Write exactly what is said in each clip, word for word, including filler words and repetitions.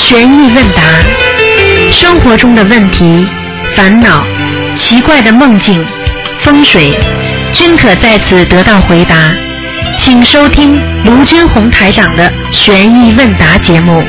悬疑问答，生活中的问题、烦恼、奇怪的梦境、风水，均可在此得到回答。请收听卢军红台长的悬疑问答节目。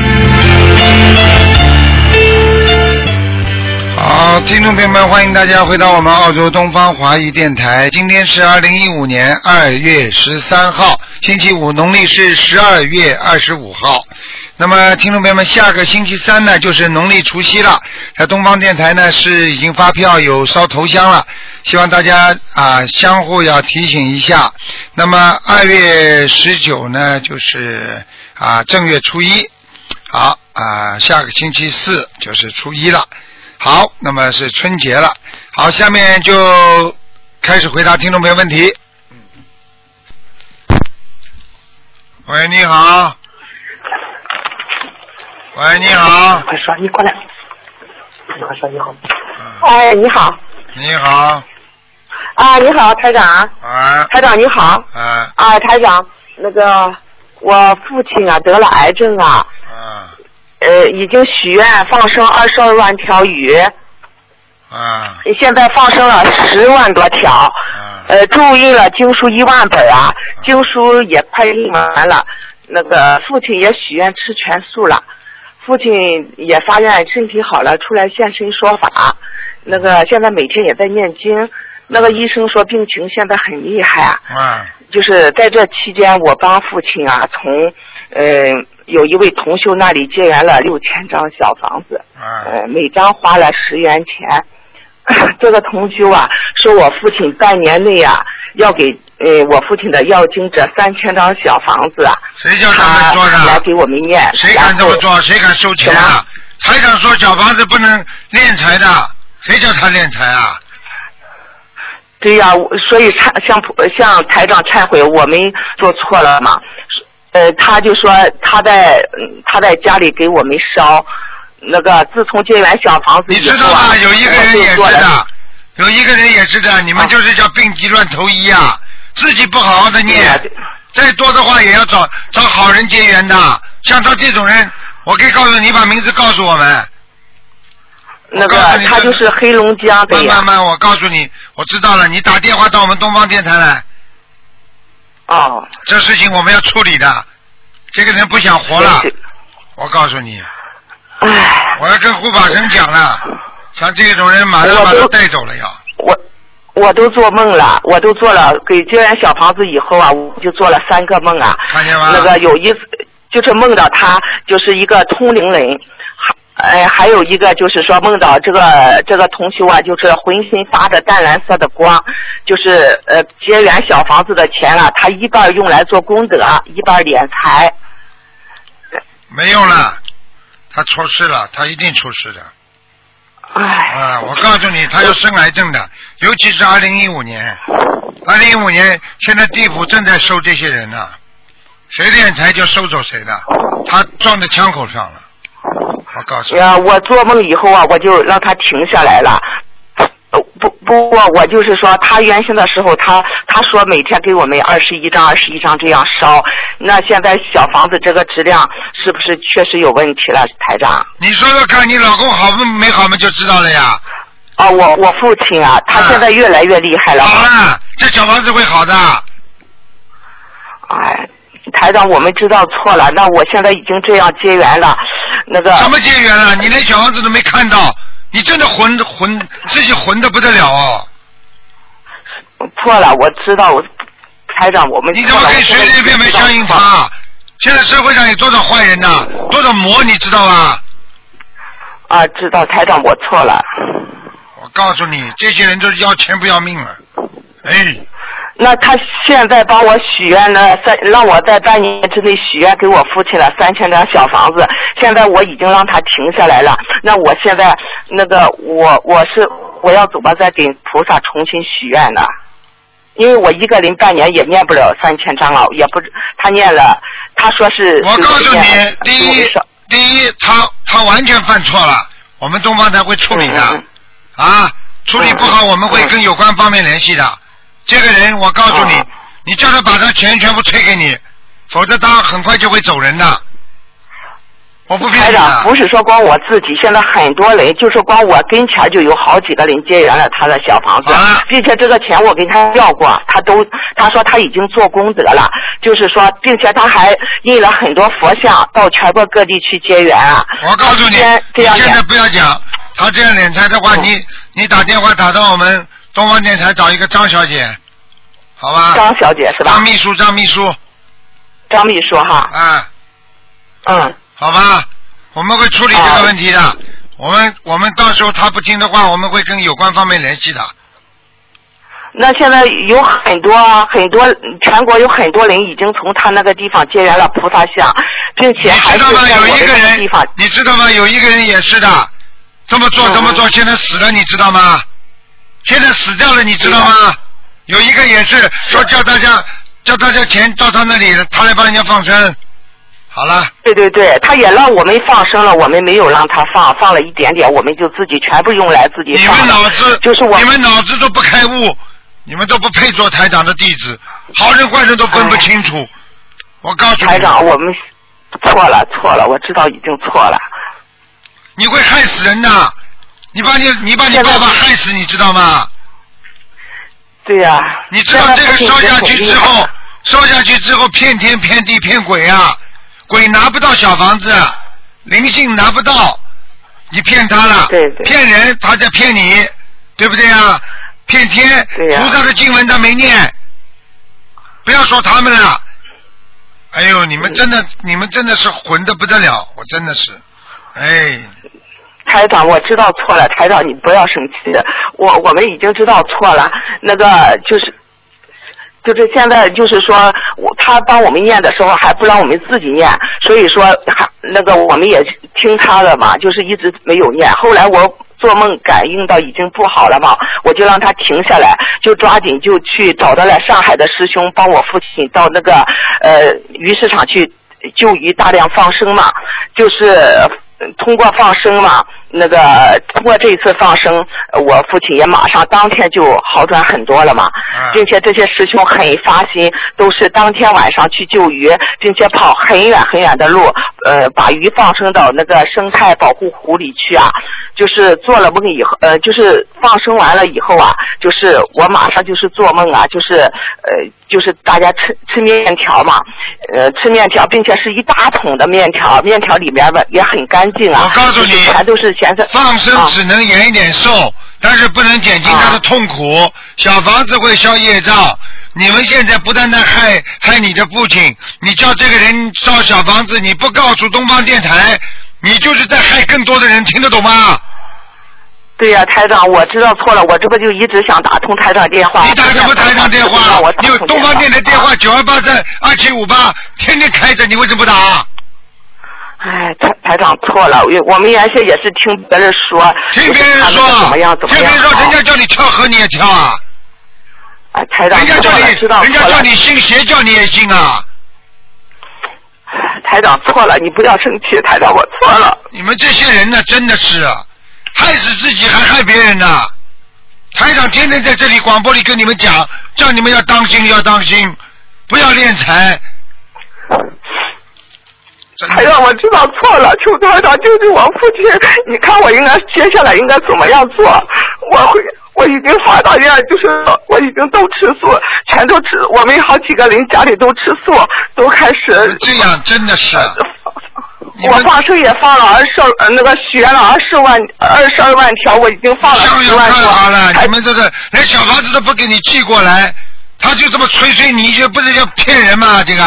好，听众朋友们，欢迎大家回到我们澳洲东方华语电台。今天是二零一五年二月十三号，星期五，农历是十二月二十五号。那么，听众朋友们，下个星期三呢，就是农历除夕了。在东方电台呢，是已经发票有烧头香了，希望大家啊相互要提醒一下。那么二月十九呢，就是啊正月初一，好啊，下个星期四就是初一了。好，那么是春节了。好，下面就开始回答听众朋友问题。喂，你好。喂，你好。 快说，你过来。快说，你好。哎，你好。 你好。 啊，你好，台长。 啊。 台长你好。 啊。 啊，台长，那个我父亲啊得了癌症啊。 啊。 呃，已经许愿放生二十二万条鱼。 啊。 现在放生了十万多条。啊。呃，注印了经书一万本啊，经书也快印完了。那个父亲也许愿吃全素了。父亲也发愿身体好了，出来现身说法。那个现在每天也在念经。那个医生说病情现在很厉害啊。 啊。就是在这期间，我帮父亲啊，从呃有一位同修那里结缘了六千张小房子。啊。呃，每张花了十元钱。这个同修啊，说我父亲半年内啊，要给呃我父亲的要经者三千张小房子啊。 谁叫他们做的？ 来给我们念。 谁敢这么做？谁敢收钱啊？台长说小房子不能敛财的，谁叫他敛财啊？ 对呀、啊，所以向向台长忏悔，我们做错了嘛。呃，他就说他在他在家里给我们烧。那个自从结缘小房子以后、啊， 你知道吗？有一个人也是的，有一个人也是的，你们就是叫病急乱投医啊，自己不好好的念，啊、再多的话也要找找好人结缘的。像他这种人，我可以告诉你，把名字告诉我们。 那个他就是黑龙江的呀。 慢慢慢，我告诉你，我知道了，你打电话到我们东方电台来。 哦。 这事情我们要处理的，这个人不想活了，我告诉你。 唉， 我要跟护法神讲了，像这种人马上把他带走了要。 我我都做梦了，我都做了给结缘小房子以后啊，我就做了三个梦啊。 看见吗？ 那个有一次就是梦到他就是一个通灵人，还呃还有一个就是说梦到这个这个同修啊，就是浑身发着淡蓝色的光，就是呃结缘小房子的钱啊，他一半用来做功德，一半敛财。 没用了。他出事了，他一定出事的。 唉。 啊，我告诉你，他要生癌症的，尤其是二零一五年，二零一五年现在地府正在收这些人呢、啊，谁敛财就收走谁的，他撞在枪口上了。我告诉你。 呀，我做梦以后啊，我就让他停下来了。不不过我就是说，他原先的时候，他他说每天给我们二十一张、二十一张这样烧。那现在小房子这个质量是不是确实有问题了，台长？ 你说说看，你老公好没好嘛，就知道了呀。 哦，我我父亲啊，他现在越来越厉害了。 好了，这小房子会好的。 哎，台长，我们知道错了，那我现在已经这样结缘了，那个。 什么结缘了？你连小房子都没看到。你真的混混自己混的不得了哦！ 错了，我知道，我台长，我们你怎么可以随随便便相信他？现在社会上有多少坏人呐、啊，多少魔，你知道吗？ 啊，知道，台长，我错了。 我告诉你，这些人都是要钱不要命了，哎。 那他现在帮我许愿了三，让我在半年之内许愿给我父亲了三千张小房子。现在我已经让他停下来了。那我现在那个我我是我要怎么再给菩萨重新许愿呢？因为我一个人半年也念不了三千张了，也不他念了，他说是。 我告诉你，第一，第一，他他完全犯错了，我们东方台会处理的，嗯、啊，处理不好、嗯、我们会跟有关方面联系的。这个人，我告诉你，哦、你叫他把他钱全部退给你，否则他很快就会走人的。 我不骗台你的。 长，不是说光我自己，现在很多人，就是光我跟前就有好几个人结缘了他的小房子，并且这个钱我给他要过，他都他说他已经做功德了，就是说，并且他还印了很多佛像到全国各地去结缘啊。 我告诉你， 这样你现在不要讲，他这样敛财的话， 嗯、 你你打电话打到我们东方电台找一个张小姐，好吧？ 张小姐是吧？ 张秘书，张秘书。 张秘书哈。 啊。 嗯。 好吧，我们会处理这个问题的。啊、我们我们到时候他不听的话，我们会跟有关方面联系的。 那现在有很多很多全国有很多人已经从他那个地方结缘了菩萨像，并且还是在我的那个地方。 你知道吗？有一个人也是的，这么做这么做，现在死了，你知道吗？现在死掉了，你知道吗？有一个也是说叫大家叫大家钱到他那里，他来帮人家放生。好了。 对对对，他也让我们放生了，我们没有让他放，放了一点点，我们就自己全部用来自己放。 你们脑子就是我， 你们脑子都不开悟，你们都不配做台长的弟子，好人坏人都分不清楚。哎、我告诉你， 台长，我们错了错了，我知道已经错了。 你会害死人的，你把你你把你爸爸害死，你知道吗？ 对呀、啊。 你知道这个烧下去之后，烧下去之后骗天骗地骗鬼啊！鬼拿不到小房子，灵性拿不到，你骗他了， 对对， 骗人他在骗你，对不对啊？骗天，菩萨的经文他没念，不要说他们了。哎呦，你们真的，你们真的是混得不得了，我真的是，哎。 台长，我知道错了，台长你不要生气，我我们已经知道错了，那个就是。就是现在，就是说，我他帮我们念的时候还不让我们自己念，所以说还那个我们也听他的嘛，就是一直没有念。后来我做梦感应到已经不好了嘛，我就让他停下来，就抓紧就去找到了上海的师兄，帮我父亲到那个呃鱼市场去救鱼，大量放生嘛，就是通过放生嘛。那个通过这一次放生，我父亲也马上当天就好转很多了嘛，并且这些师兄很发心，都是当天晚上去救鱼，并且跑很远很远的路，呃，把鱼放生到那个生态保护湖里去啊。就是做了梦以后，呃，就是放生完了以后啊，就是我马上就是做梦啊，就是呃，就是大家吃吃面条嘛，呃，吃面条，并且是一大桶的面条，面条里面吧也很干净啊。 我告诉你， 全都是。 放生只能延一点寿，啊、但是不能减轻他的痛苦。啊、小房子会消业障。你们现在不单单害害你的父亲，你叫这个人烧小房子，你不告诉东方电台，你就是在害更多的人，听得懂吗？ 对呀、啊，台长，我知道错了，我这不就一直想打通台长电话。 你打什么台长电话？你有东方电台电话九二八三二七五八，天天开着，你为什么不打？ 哎，台台长错了，我们原先也是听别人说， 听别人说， 怎么样怎么样， 听别人说，人家叫你跳河你也跳啊？ 哎，台长， 人家叫你， 人家叫你信邪教你也信啊？ 台长错了，你不要生气，台长我错了。 你们这些人呢，真的是害死自己还害别人呢。台长天天在这里广播里跟你们讲，叫你们要当心，要当心，不要敛财。 台长，我知道错了，求台长救救我父亲。你看我应该接下来应该怎么样做？我会，我已经发到愿，就是我已经都吃素，全都吃。我们好几个人家里都吃素，都开始。 这样真的是。 我放生也放了二十，呃，那个许愿了二十万，二十二万条，我已经放了十万条。 好了，你们这个连小房子都不给你寄过来，他就这么吹吹你，这不是要骗人吗？这个。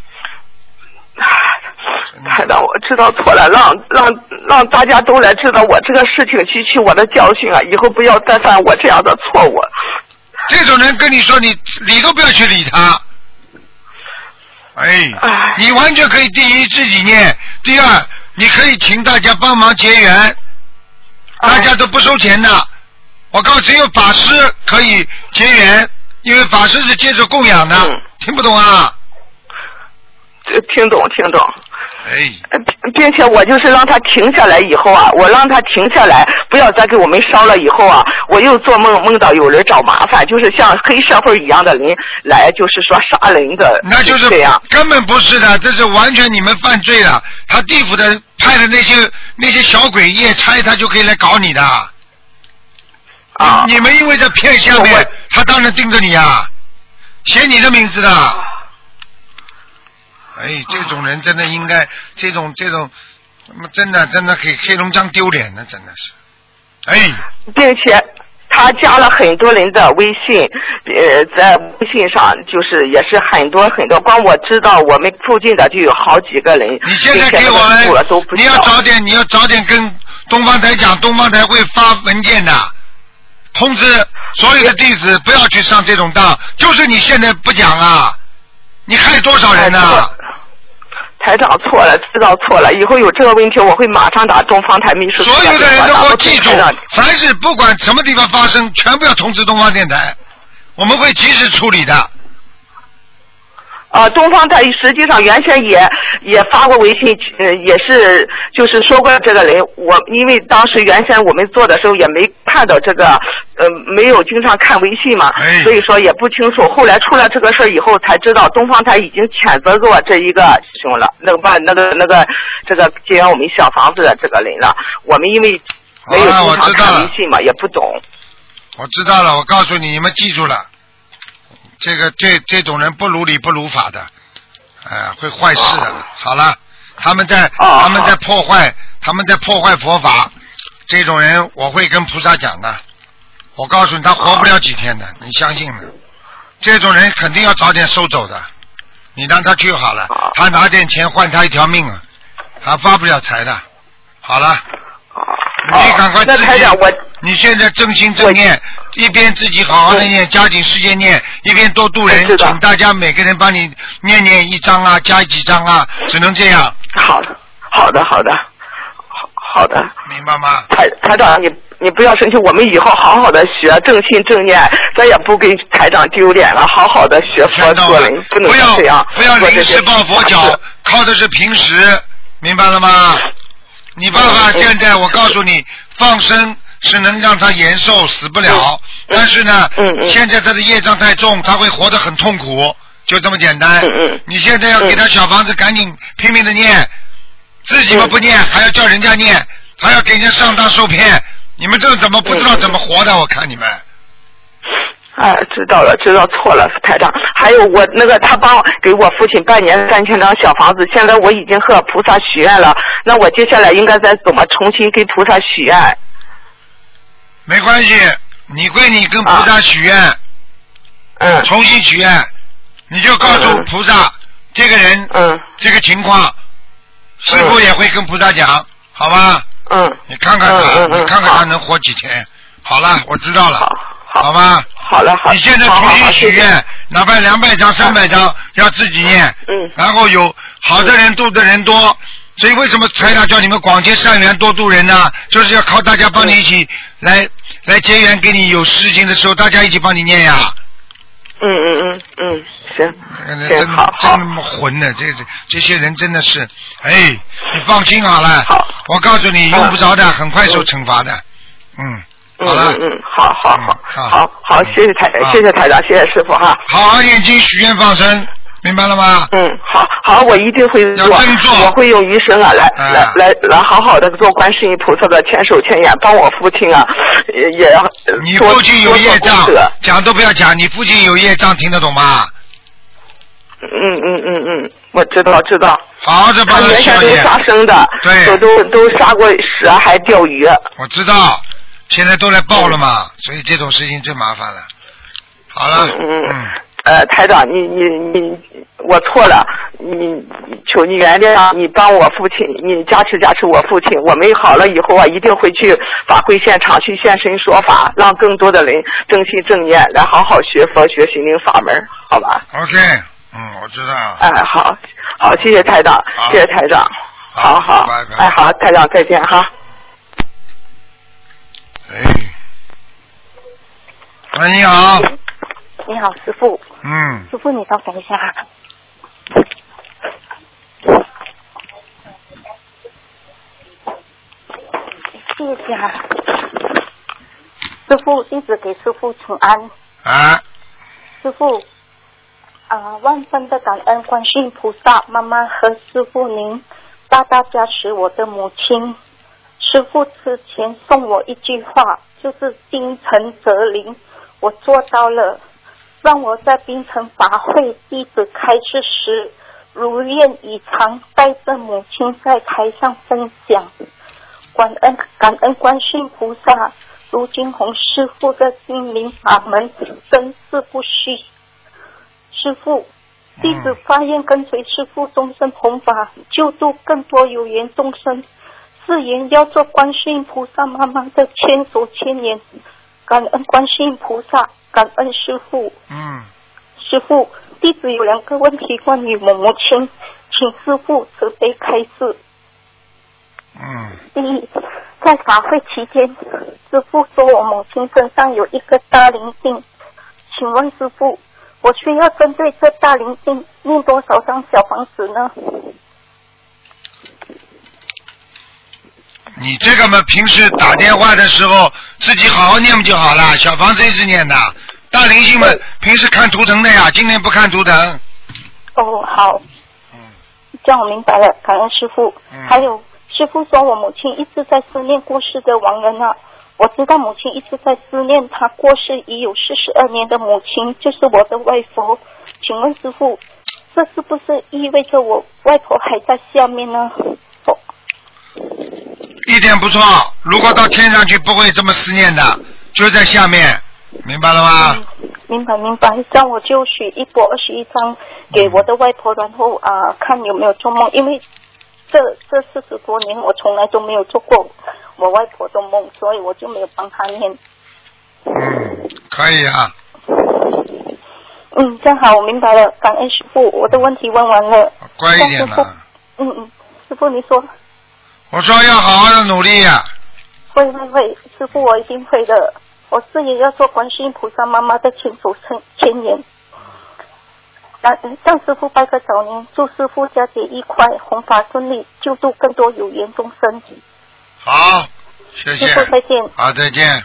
台长，我知道错了，让让让大家都来知道我这个事情，吸取我的教训啊，以后不要再犯我这样的错误。 这种人跟你说，你理都不要去理他。哎，你完全可以第一自己念，第二你可以请大家帮忙结缘，大家都不收钱的。我告诉只有法师可以结缘，因为法师是接受供养的，嗯、听不懂啊？ 听懂听懂。 哎， 并且我就是让他停下来以后啊，我让他停下来，不要再给我们烧了以后啊，我又做梦梦到有人找麻烦，就是像黑社会一样的人来，就是说杀人的， 那就是这样， 根本不是的，这是完全你们犯罪了。他地府的派的那些那些小鬼夜差，他就可以来搞你的。啊！你们因为在骗下面，他当然盯着你啊，写你的名字的。哎，这种人真的应该，这种这种，真的真的给黑龙江丢脸的，真的是。哎， 并且他加了很多人的微信，呃，在微信上就是也是很多很多，光我知道我们附近的就有好几个人。 你现在给我们，你要早点，你要早点跟东方台讲，东方台会发文件的，通知所有的弟子不要去上这种当，就是你现在不讲啊，你害多少人呢、啊？ 台长错了，知道错了，以后有这个问题我会马上打东方台秘书。 所有的人都给我记住，凡是不管什么地方发生，全部要通知东方电台，我们会及时处理的。 啊，东方台实际上原先也也发过微信，呃，也是就是说过这个人，我因为当时原先我们做的时候也没看到这个，呃，没有经常看微信嘛， 哎、 所以说也不清楚。后来出了这个事儿以后，才知道东方台已经谴责过这一个师兄了，那个把那个那个这个接援我们小房子的这个人了。我们因为没有经常看微信嘛，也不懂。 我知道了，我告诉你，你们记住了。这个这这种人不如理不如法的，呃，会坏事的。哦、好了，他们在、哦、他们在破坏，他们在破坏佛法。这种人我会跟菩萨讲的。我告诉你，他活不了几天的，哦、你相信的。这种人肯定要早点收走的。你让他去好了，哦、他拿点钱换他一条命啊，他发不了财的。好了。 哦、 你赶快自己， 我你现在正心正念，一边自己好好的念，加紧时间念，一边多度人，请大家每个人帮你念念一张啊，加几张啊，只能这样。 好的，好的，好的，好好的， 明白吗？ 台台长，你你不要生气，我们以后好好的学正心正念，咱也不给台长丢脸了，好好的学佛做人，不能这样， 不要临时抱佛脚，靠的是平时，明白了吗？你爸爸现在，我告诉你，放生是能让他延寿，死不了。但是呢，现在他的业障太重，他会活得很痛苦，就这么简单。你现在要给他小房子，赶紧拼命的念，自己嘛不念，还要叫人家念，还要给人家上当受骗。你们这怎么不知道怎么活的？我看你们。 哎，知道了，知道错了，台长。还有我那个，他帮给我父亲拜年三千张小房子，现在我已经和菩萨许愿了。那我接下来应该再怎么重新跟菩萨许愿？ 没关系，你归你跟菩萨许愿。 嗯。 重新许愿，你就告诉菩萨、嗯、这个人， 嗯， 这个情况，师父也会跟菩萨讲，好吧？ 嗯。 你看看他， 嗯嗯、 你看看他能活几天？好了，我知道了。 好。 好吧， 好了，好。 你现在重新许愿，哪怕两百张、三百张，要自己念。 嗯。 然后有好的人度的人多，所以为什么台长叫你们广结善缘，多度人呢？就是要靠大家帮你一起来、嗯、来结缘，给你有事情的时候，大家一起帮你念呀。 嗯嗯嗯嗯，行。 真好， 真那么混呢？这这这些人真的是，哎，你放心好了。 好。 我告诉你，用不着的，很快受惩罚的。嗯。好了， 嗯嗯，好好好，好好好，谢谢台，谢谢台长，谢谢师傅哈。 好好念经许愿放生，明白了吗？ 嗯，好好，我一定会做， 要真做， 我会用余生啊来、啊、来来来好好的做观世音菩萨的千手千眼，帮我父亲啊也也要。 你父亲有业障，讲都不要讲，你父亲有业障，听得懂吗？ 嗯嗯嗯嗯，我知道知道。 好好的帮他原先都杀生的， 对， 都都都杀过蛇，还钓鱼。 我知道。现在都来报了嘛、嗯，所以这种事情最麻烦了。好了， 嗯嗯，嗯呃，台长，你你你，我错了，你求你原谅，你帮我父亲，你加持加持我父亲，我们好了以后啊，一定会去法会现场去现身说法，让更多的人正心正念来好好学佛学心灵法门，好吧 ？OK， 嗯，我知道。 哎，好，好，谢谢台长，谢谢台长，好好，好拜拜哎，好，台长再见哈。 哎，喂，你好。 你好，师傅。 嗯。 师傅，你稍等一下。 一下。师父，弟子给师父请安。 啊。 师父，啊、呃，万分的感恩观世音菩萨妈妈和师父您大大加持我的母亲。师父之前送我一句话，就是精诚则灵，我做到了。让我在槟城法会弟子开示时如愿以偿，带着母亲在台上分享。感恩感恩观世音菩萨，卢金红师父的心灵法门真是不虚。师父，弟子发愿跟随师父终身弘法，救度更多有缘众生，誓言要做观世音菩萨妈妈的千手千眼。感恩观世音菩萨，感恩师父。 嗯。 师父，弟子有两个问题关于我母亲，请师父慈悲开示。 嗯。 第一，在法会期间，师父说我母亲身上有一个大灵性，请问师父，我需要针对这大灵性念多少张小房子呢？ 你这个嘛，平时打电话的时候自己好好念不就好了？小房子一直念的，大灵性们平时看图腾的呀，今天不看图腾。 哦，好。 嗯。 这样我明白了，感恩师父。 嗯。 还有，师父说我母亲一直在思念过世的亡人啊，我知道母亲一直在思念她过世已有四十二年的母亲，就是我的外婆。请问师父，这是不是意味着我外婆还在下面呢？哦。 一点不错，如果到天上去不会这么思念的，就在下面，明白了吗？ 嗯、明白明白，这样我就许一波二十一张给我的外婆，然后啊、呃、看有没有做梦，因为这这四十多年我从来都没有做过我外婆的梦，所以我就没有帮她念。 嗯，可以啊。 嗯，这样好，我明白了，感恩师父，我的问题问完了。 乖一点了。 嗯嗯，师父你说。 我说要好好的努力呀、啊。 会会会，师父我一定会的。我誓言要做观世音菩萨妈妈的千手千眼。向师父拜个早年，祝师父佳节愉快，弘法顺利，救度更多有缘众生。 好，谢谢。 师父再见。 好，再见。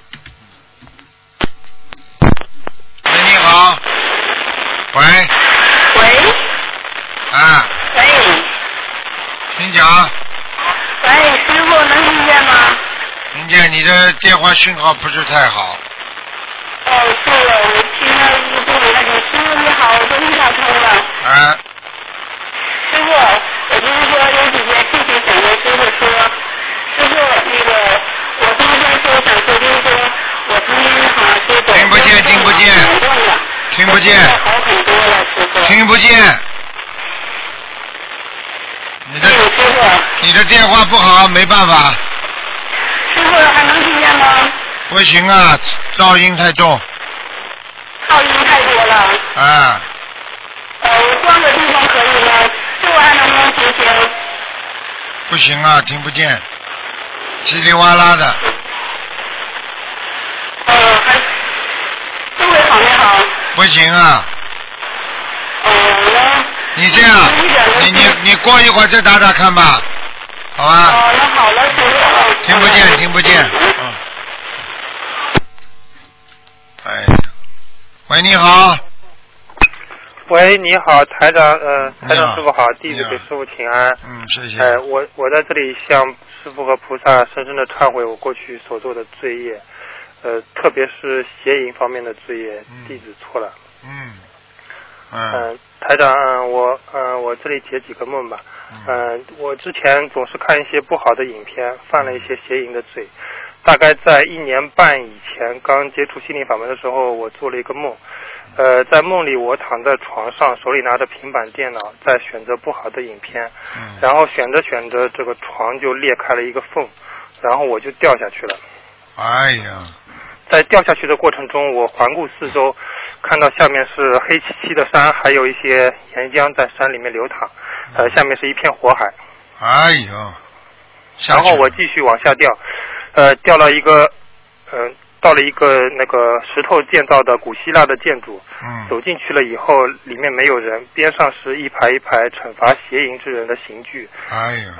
喂，你好。喂。 喂。 啊。 喂。 请讲。 喂，师傅能听见吗？ 听见，你的电话讯号不是太好。 哦，对了，我听到一个部里那个师傅你好，我终于打通了。 啊。 师傅，我就是说有几件事情想跟师傅说。师傅，那个我今天说想说就是说，我今天好像是听不见，听不见。听不见。 好很多了，师傅。 听不见。你的你的电话不好，没办法。 师傅还能听见吗？ 不行啊，噪音太重。 噪音太多了。 啊。 呃，我换个地方可以吗？师傅还能不能听清？ 不行啊，听不见，叽里哇啦的。 呃，还这回好没好？ 不行啊。 哦，那。 你这样，你你你过一会儿再打打看吧，好吧？ 哦，那好了，师傅。 听不见，听不见，嗯。哎，喂，你好。 喂，你好，台长，呃，台长师傅好，弟子给师傅请安。 嗯，谢谢。 呃，我我在这里向师傅和菩萨深深的忏悔我过去所做的罪业，呃，特别是邪淫方面的罪业，弟子错了。 嗯。 嗯、呃，台长，嗯，我呃，我这里解几个梦吧。嗯、呃，我之前总是看一些不好的影片，犯了一些邪淫的罪。大概在一年半以前，刚接触心灵法门的时候，我做了一个梦。呃，在梦里，我躺在床上，手里拿着平板电脑，在选择不好的影片。嗯。然后选着选着，这个床就裂开了一个缝，然后我就掉下去了。 哎呀！ 在掉下去的过程中，我环顾四周。看到下面是黑漆漆的山，还有一些岩浆在山里面流淌，呃，下面是一片火海。 哎呦！ 然后我继续往下掉，呃，掉了一个，呃，到了一个那个石头建造的古希腊的建筑。嗯。走进去了以后，里面没有人，边上是一排一排惩罚邪淫之人的刑具。 哎呀！ 呃，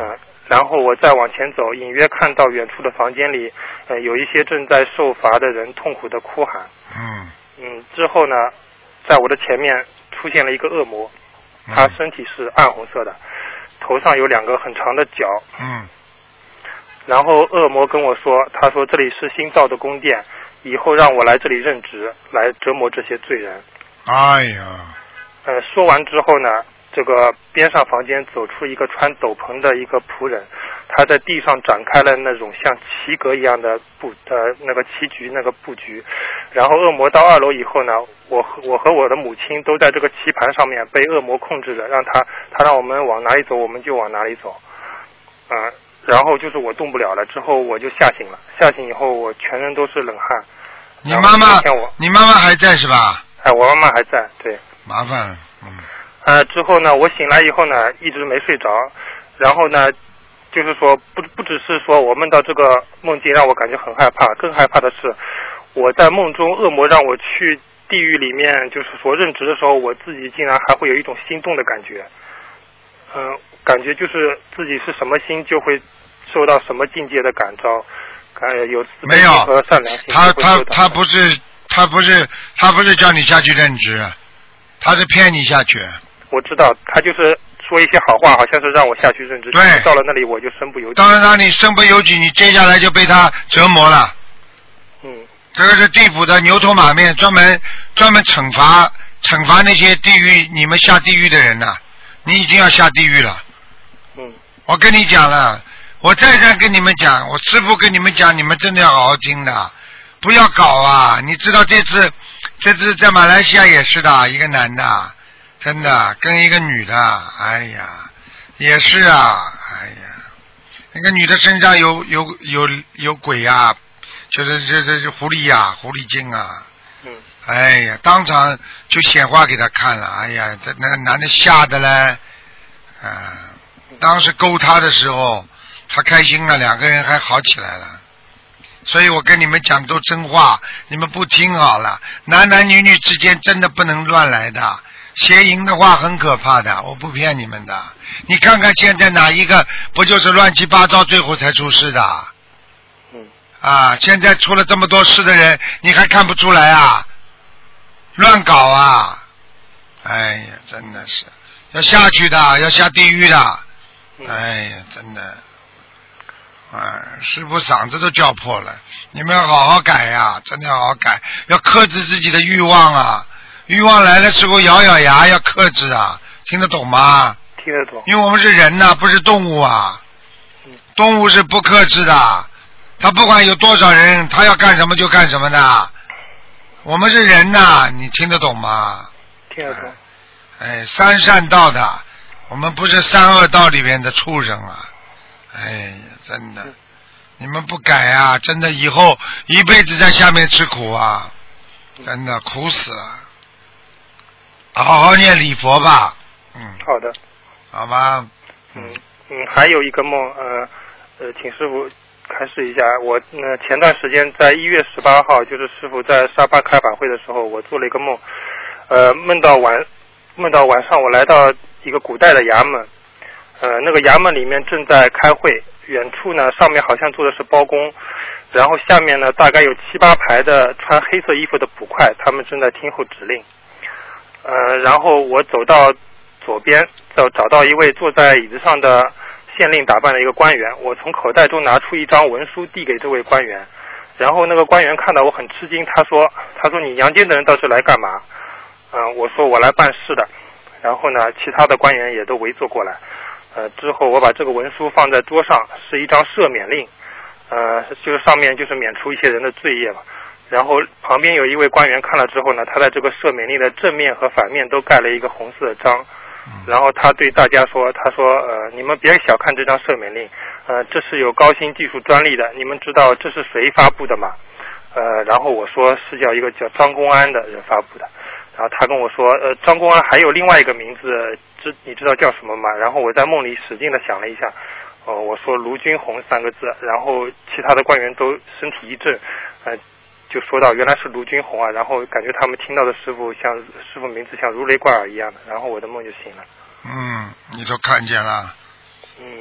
然后我再往前走，隐约看到远处的房间里，呃，有一些正在受罚的人痛苦的哭喊。 嗯嗯，之后呢，在我的前面出现了一个恶魔，他身体是暗红色的，头上有两个很长的角。 嗯。 然后恶魔跟我说，他说这里是新造的宫殿，以后让我来这里任职，来折磨这些罪人。 哎呀。 呃，说完之后呢，这个边上房间走出一个穿斗篷的一个仆人，他在地上展开了那种像棋格一样的布呃那个棋局那个布局，然后恶魔到二楼以后呢，我和我和我的母亲都在这个棋盘上面被恶魔控制着，让他他让我们往哪里走我们就往哪里走，嗯、呃，然后就是我动不了了，之后我就吓醒了，吓醒以后我全身都是冷汗。 你妈妈你妈妈还在是吧？ 哎，我妈妈还在，对。 麻烦了，嗯。 呃，之后呢，我醒来以后呢，一直没睡着，然后呢，就是说不不只是说我梦到这个梦境让我感觉很害怕，更害怕的是我在梦中恶魔让我去地狱里面，就是说任职的时候，我自己竟然还会有一种心动的感觉，嗯、呃，感觉就是自己是什么心就会受到什么境界的感召，呃，有慈悲心和善良心。 他他他不是他不是他不是叫你下去任职，他是骗你下去。 我知道，他就是说一些好话，好像是让我下去任职。 对， 到了那里我就身不由己。 当然让你身不由己，你接下来就被他折磨了。 嗯， 这个是地府的牛头马面，专门专门惩罚惩罚那些地狱你们下地狱的人呐、啊！你已经要下地狱了。 嗯， 我跟你讲了，我再三跟你们讲，我师父跟你们讲，你们真的要好好听的，不要搞啊！你知道这次这次在马来西亚也是的，一个男的。真的跟一个女的，哎呀，也是啊，哎呀，那个女的身上有有有有鬼啊，就是这这这狐狸呀、啊，狐狸精啊， 嗯， 哎呀，当场就显化给他看了，哎呀，这那个男的吓得嘞，啊、呃，当时勾他的时候，他开心了，两个人还好起来了。所以我跟你们讲都真话，你们不听好了，男男女女之间真的不能乱来的。邪淫的话很可怕的，我不骗你们的。你看看现在哪一个不就是乱七八糟最后才出事的？ 嗯。 啊，现在出了这么多事的人，你还看不出来啊？乱搞啊！哎呀，真的是要下去的，要下地狱的。哎呀，真的，啊，师父嗓子都叫破了。你们要好好改呀，真的要好好改，要克制自己的欲望啊。欲望来的时候咬咬牙要克制啊，听得懂吗？ 听得懂。 因为我们是人呐、啊，不是动物啊。动物是不克制的，他不管有多少人，他要干什么就干什么的。我们是人呐、啊，你听得懂吗？ 听得懂。 哎，三善道的，我们不是三恶道里面的畜生啊！哎呀，真的，你们不改啊，真的以后一辈子在下面吃苦啊，真的苦死了。好好念礼佛吧，嗯， 好的， 好吧， 嗯嗯，还有一个梦，呃呃，请师傅开示一下。我呃前段时间在一月十八号，就是师傅在沙巴开法会的时候，我做了一个梦，呃，梦到晚梦到晚上我来到一个古代的衙门，呃，那个衙门里面正在开会，远处呢上面好像坐的是包公，然后下面呢大概有七八排的穿黑色衣服的捕快，他们正在听候指令。呃，然后我走到左边，找找到一位坐在椅子上的县令打扮的一个官员，我从口袋中拿出一张文书递给这位官员，然后那个官员看到我很吃惊，他说：“他说你阳间的人到这来干嘛？”嗯、呃，我说我来办事的。然后呢，其他的官员也都围坐过来。呃，之后我把这个文书放在桌上，是一张赦免令，呃，就是上面就是免除一些人的罪业嘛。然后旁边有一位官员看了之后呢，他在这个赦免令的正面和反面都盖了一个红色的章，然后他对大家说，他说呃你们别小看这张赦免令，呃这是有高新技术专利的，你们知道这是谁发布的吗？呃然后我说是叫一个叫张公安的人发布的，然后他跟我说呃张公安还有另外一个名字，知你知道叫什么吗？然后我在梦里使劲的想了一下，呃我说卢军红三个字，然后其他的官员都身体一震，呃就说到原来是卢军红啊，然后感觉他们听到的师傅像师傅名字像如雷贯耳一样的，然后我的梦就醒了。 嗯，你都看见了。 嗯，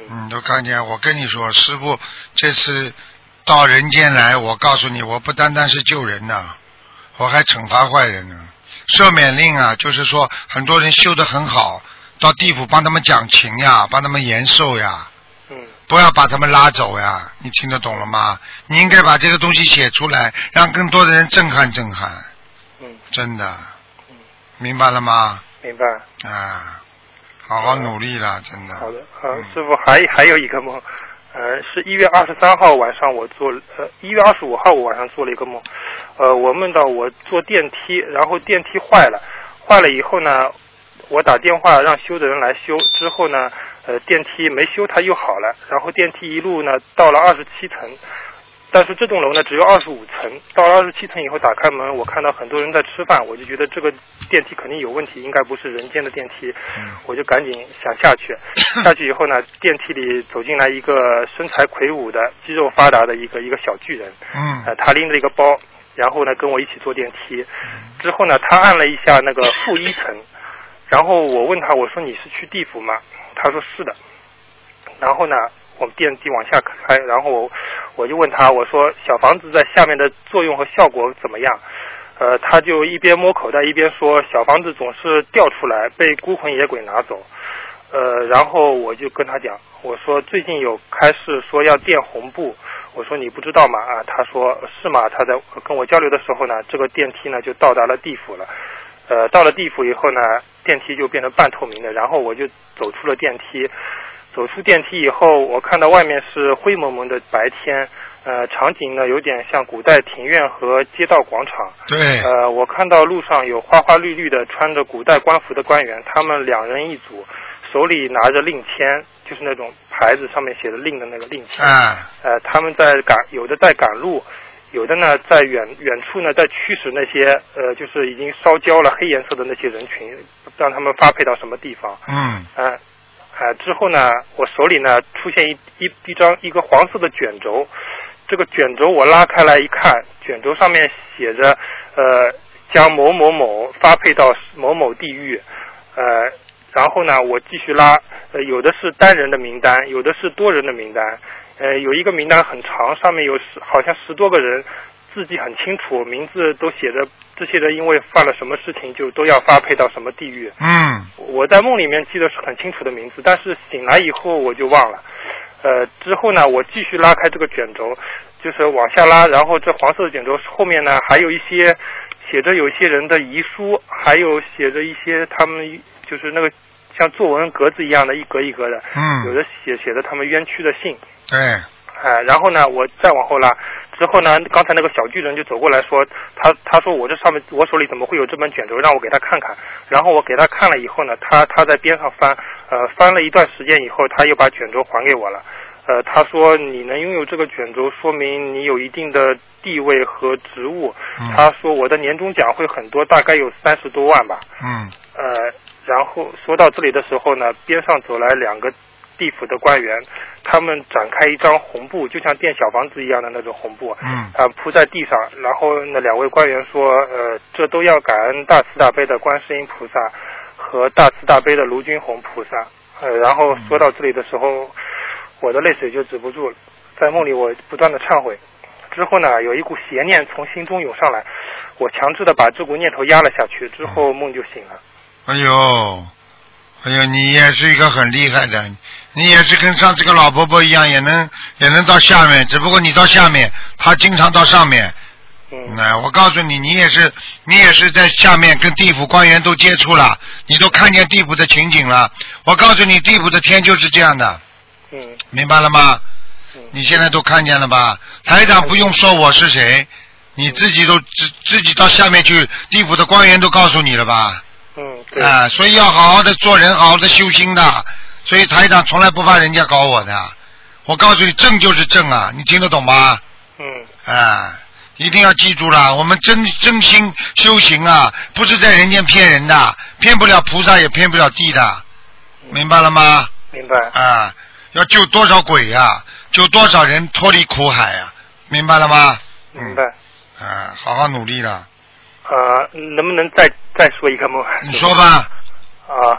嗯，都看见。我跟你说，师父这次到人间来，我告诉你，我不单单是救人呐、啊，我还惩罚坏人呢、啊。赦免令啊，就是说很多人修得很好，到地府帮他们讲情呀，帮他们延寿呀。 嗯。 不要把他们拉走呀，你听得懂了吗？你应该把这个东西写出来，让更多的人震撼震撼。 嗯。 真的。 嗯。 明白了吗？ 明白。 啊，好好努力了，真的。 好的，嗯，师傅还还有一个梦，呃，是一月二十三号晚上我做，呃，一月二十五号我晚上做了一个梦，呃，我梦到我坐电梯，然后电梯坏了，坏了以后呢，我打电话让修的人来修，之后呢，呃，电梯没修它又好了，然后电梯一路呢到了二十七层。但是这栋楼呢只有二十五层，到了二十七层以后打开门，我看到很多人在吃饭，我就觉得这个电梯肯定有问题，应该不是人间的电梯，我就赶紧想下去。下去以后呢，电梯里走进来一个身材魁梧的、肌肉发达的一个一个小巨人， 嗯， 呃，他拎着一个包，然后呢跟我一起坐电梯。之后呢，他按了一下那个负一层，然后我问他，我说你是去地府吗？他说是的。然后呢，我们电梯往下开，然后我我就问他，我说小房子在下面的作用和效果怎么样？呃，他就一边摸口袋一边说，小房子总是掉出来，被孤魂野鬼拿走。呃，然后我就跟他讲，我说最近有开示说要垫红布，我说你不知道吗？啊，他说是吗？他在跟我交流的时候呢，这个电梯呢就到达了地府了。呃，到了地府以后呢，电梯就变成半透明的，然后我就走出了电梯。走出电梯以后，我看到外面是灰蒙蒙的白天，呃，场景呢有点像古代庭院和街道广场。 对。 呃，我看到路上有花花绿绿的穿着古代官服的官员，他们两人一组，手里拿着令签，就是那种牌子上面写着令的那个令签。 啊。 呃，他们在赶，有的在赶路，有的呢在远远处呢在驱使那些呃，就是已经烧焦了黑颜色的那些人群，让他们发配到什么地方。 嗯。 呃啊，之后呢，我手里呢出现一一一张一个黄色的卷轴，这个卷轴我拉开来一看，卷轴上面写着呃将某某某发配到某某地狱，呃，然后呢我继续拉，呃有的是单人的名单，有的是多人的名单，呃有一个名单很长，上面有十好像十多个人，字迹很清楚，名字都写着这些人因为犯了什么事情就都要发配到什么地狱。 嗯， 我在梦里面记得是很清楚的名字，但是醒来以后我就忘了。呃，之后呢，我继续拉开这个卷轴，就是往下拉，然后这黄色的卷轴后面呢还有一些写着有一些人的遗书，还有写着一些他们就是那个像作文格子一样的一格一格的， 嗯， 有的写写着他们冤屈的信。 对。 哎、呃，然后呢，我再往后拉，之后呢，刚才那个小巨人就走过来说，他他说我这上面我手里怎么会有这本卷轴，让我给他看看。然后我给他看了以后呢，他他在边上翻，呃，翻了一段时间以后，他又把卷轴还给我了。呃，他说你能拥有这个卷轴，说明你有一定的地位和职务。 嗯、 他说我的年终奖会很多，大概有三十多万吧。 嗯。 呃，然后说到这里的时候呢，边上走来两个地府的官员，他们展开一张红布，就像垫小房子一样的那种红布， 嗯， 啊、呃，铺在地上。然后那两位官员说，呃，这都要感恩大慈大悲的观世音菩萨和大慈大悲的卢军宏菩萨。呃，然后说到这里的时候，我的泪水就止不住了。在梦里，我不断的忏悔。之后呢，有一股邪念从心中涌上来，我强制的把这股念头压了下去。之后梦就醒了。 哎呦。哎呦，你也是一个很厉害的，你也是跟上次个老伯伯一样，也能也能到下面，只不过你到下面，他经常到上面。 嗯， 那我告诉你，你也是你也是在下面跟地府官员都接触了，你都看见地府的情景了。我告诉你，地府的天就是这样的。 嗯， 明白了吗？ 嗯， 你现在都看见了吧？台长不用说我是谁，你自己都自自己到下面去，地府的官员都告诉你了吧？ 嗯，对啊，所以要好好的做人，好好的修心的。所以台长从来不怕人家搞我的。我告诉你，正就是正啊，你听得懂吗？ 嗯。 啊，一定要记住了，我们真真心修行啊，不是在人间骗人的，骗不了菩萨，也骗不了地的，明白了吗？ 明白。 啊，要救多少鬼呀、啊？救多少人脱离苦海呀、啊？明白了吗？ 明白。 嗯、啊，好好努力了。 呃，能不能再再说一个梦？ 你说吧。 啊，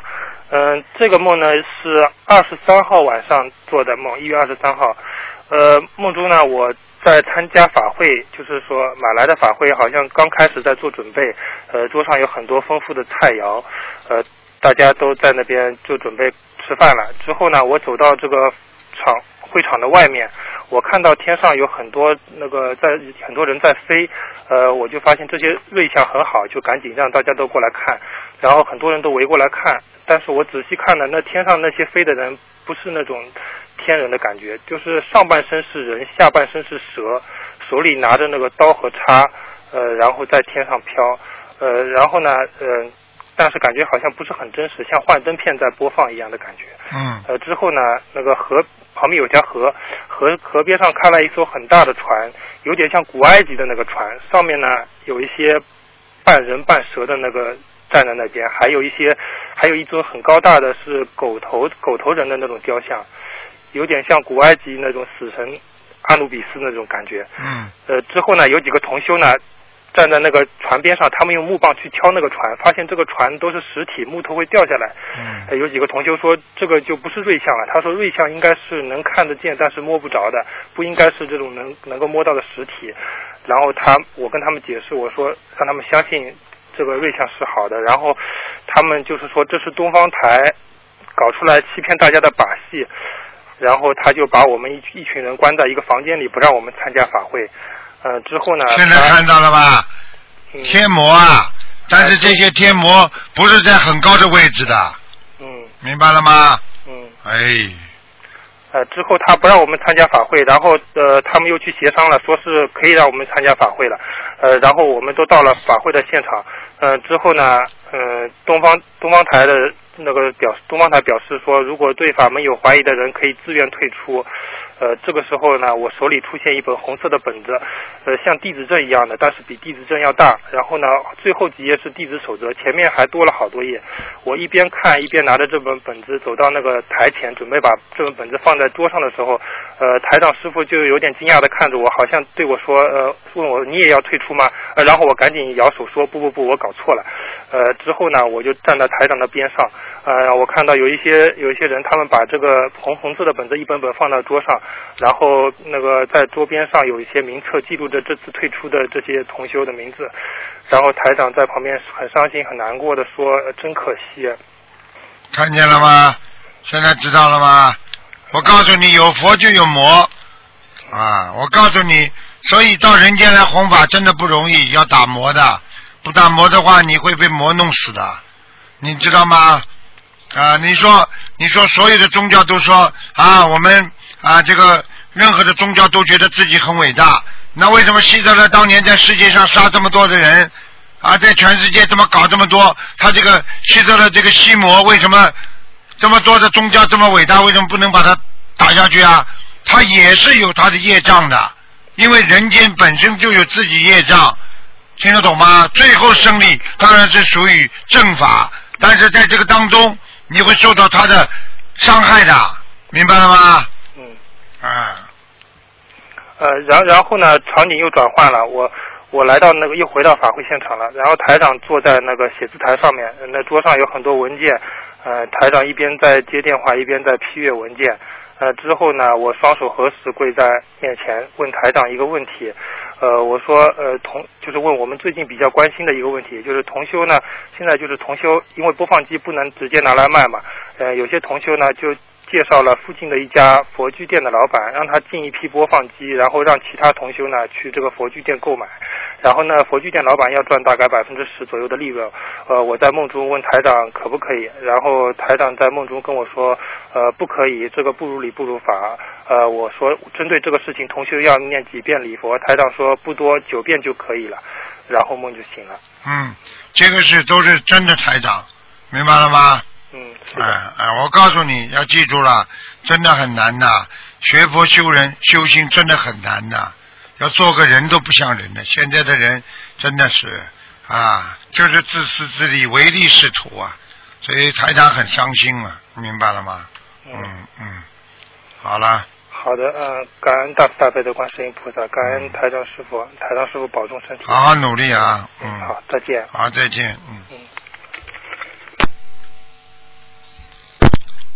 嗯、呃，这个梦呢是二十三号晚上做的梦，一月二十三号。呃，梦中呢我在参加法会，就是说马来的法会好像刚开始在做准备，呃，桌上有很多丰富的菜肴，呃，大家都在那边就准备吃饭了。之后呢，我走到这个场会场的外面，我看到天上有很多那个在很多人在飞，呃，我就发现这些瑞相很好，就赶紧让大家都过来看，然后很多人都围过来看，但是我仔细看了，那天上那些飞的人不是那种天人的感觉，就是上半身是人，下半身是蛇，手里拿着那个刀和叉，呃，然后在天上飘，呃，然后呢，呃，但是感觉好像不是很真实，像幻灯片在播放一样的感觉。 嗯。 呃，之后呢，那个河旁边有条河，河河边上开了一艘很大的船，有点像古埃及的那个船，上面呢有一些半人半蛇的那个站在那边，还有一些，还有一尊很高大的是狗头狗头人的那种雕像，有点像古埃及那种死神阿努比斯那种感觉。 嗯。 呃，之后呢，有几个同修呢站在那个船边上，他们用木棒去敲那个船，发现这个船都是实体，木头会掉下来。 嗯。 呃、有几个同修说这个就不是瑞相了，他说瑞相应该是能看得见但是摸不着的，不应该是这种能能够摸到的实体。然后他我跟他们解释，我说让他们相信这个瑞相是好的，然后他们就是说这是东方台搞出来欺骗大家的把戏，然后他就把我们一一群人关在一个房间里，不让我们参加法会。呃，之后呢？ 现在看到了吧？嗯、天魔啊，但是这些天魔不是在很高的位置的。 嗯。 明白了吗？ 嗯。 哎。 呃，之后他不让我们参加法会，然后呃，他们又去协商了，说是可以让我们参加法会了。呃，然后我们都到了法会的现场。呃，之后呢，呃，东方东方台的那个表东方台表示说，如果对法门有怀疑的人可以自愿退出。呃，这个时候呢，我手里出现一本红色的本子，呃，像弟子证一样的，但是比弟子证要大。然后呢，最后几页是弟子守则，前面还多了好多页。我一边看一边拿着这本本子走到那个台前，准备把这本本子放在桌上的时候，呃，台长师傅就有点惊讶的看着我，好像对我说，呃，问我你也要退出吗？呃，然后我赶紧摇手说不不不，我搞错了。呃，之后呢，我就站在台长的边上，呃，我看到有一些有一些人，他们把这个红红色的本子一本本放到桌上。然后那个在桌边上有一些名册记录着这次退出的这些同修的名字，然后台长在旁边很伤心很难过的说，真可惜。 看见了吗？现在知道了吗？我告诉你，有佛就有魔啊！我告诉你，所以到人间来弘法真的不容易，要打磨的，不打磨的话你会被魔弄死的，你知道吗？啊，你说你说所有的宗教都说啊，我们啊这个任何的宗教都觉得自己很伟大，那为什么希特勒当年在世界上杀这么多的人啊，在全世界这么搞这么多，他这个希特勒这个西魔为什么这么多的宗教这么伟大，为什么不能把它打下去啊？他也是有他的业障的，因为人间本身就有自己业障，听得懂吗？最后胜利当然是属于正法，但是在这个当中你会受到他的伤害的，明白了吗？ 嗯。 啊。 呃，然然后呢，场景又转换了，我我来到那个又回到法会现场了，然后台长坐在那个写字台上面，那桌上有很多文件，呃，台长一边在接电话，一边在批阅文件。呃，之后呢，我双手合十跪在面前，问台长一个问题。呃，我说，呃，同就是问我们最近比较关心的一个问题，就是同修呢，现在就是同修，因为播放机不能直接拿来卖嘛，呃，有些同修呢就介绍了附近的一家佛具店的老板，让他进一批播放机，然后让其他同修呢去这个佛具店购买。然后呢，佛具店老板要赚大概百分之十左右的利润。呃，我在梦中问台长可不可以，然后台长在梦中跟我说，呃，不可以，这个不如理不如法。呃，我说针对这个事情，同修要念几遍礼佛？台长说不多，九遍就可以了。然后梦就醒了。 嗯，这个是都是真的台长，明白了吗？ 嗯， 哎哎，我告诉你要记住了，真的很难的，学佛修人修心真的很难的，要做个人都不像人的。现在的人真的是啊，就是自私自利，唯利是图啊，所以台长很伤心嘛，明白了吗？嗯嗯，好了。 好的，呃，感恩大慈大悲的观世音菩萨，感恩台长师傅，台长师傅保重身体， 好好努力啊！嗯， 好，再见。 好，再见，嗯。 嗯。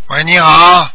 喂，你好。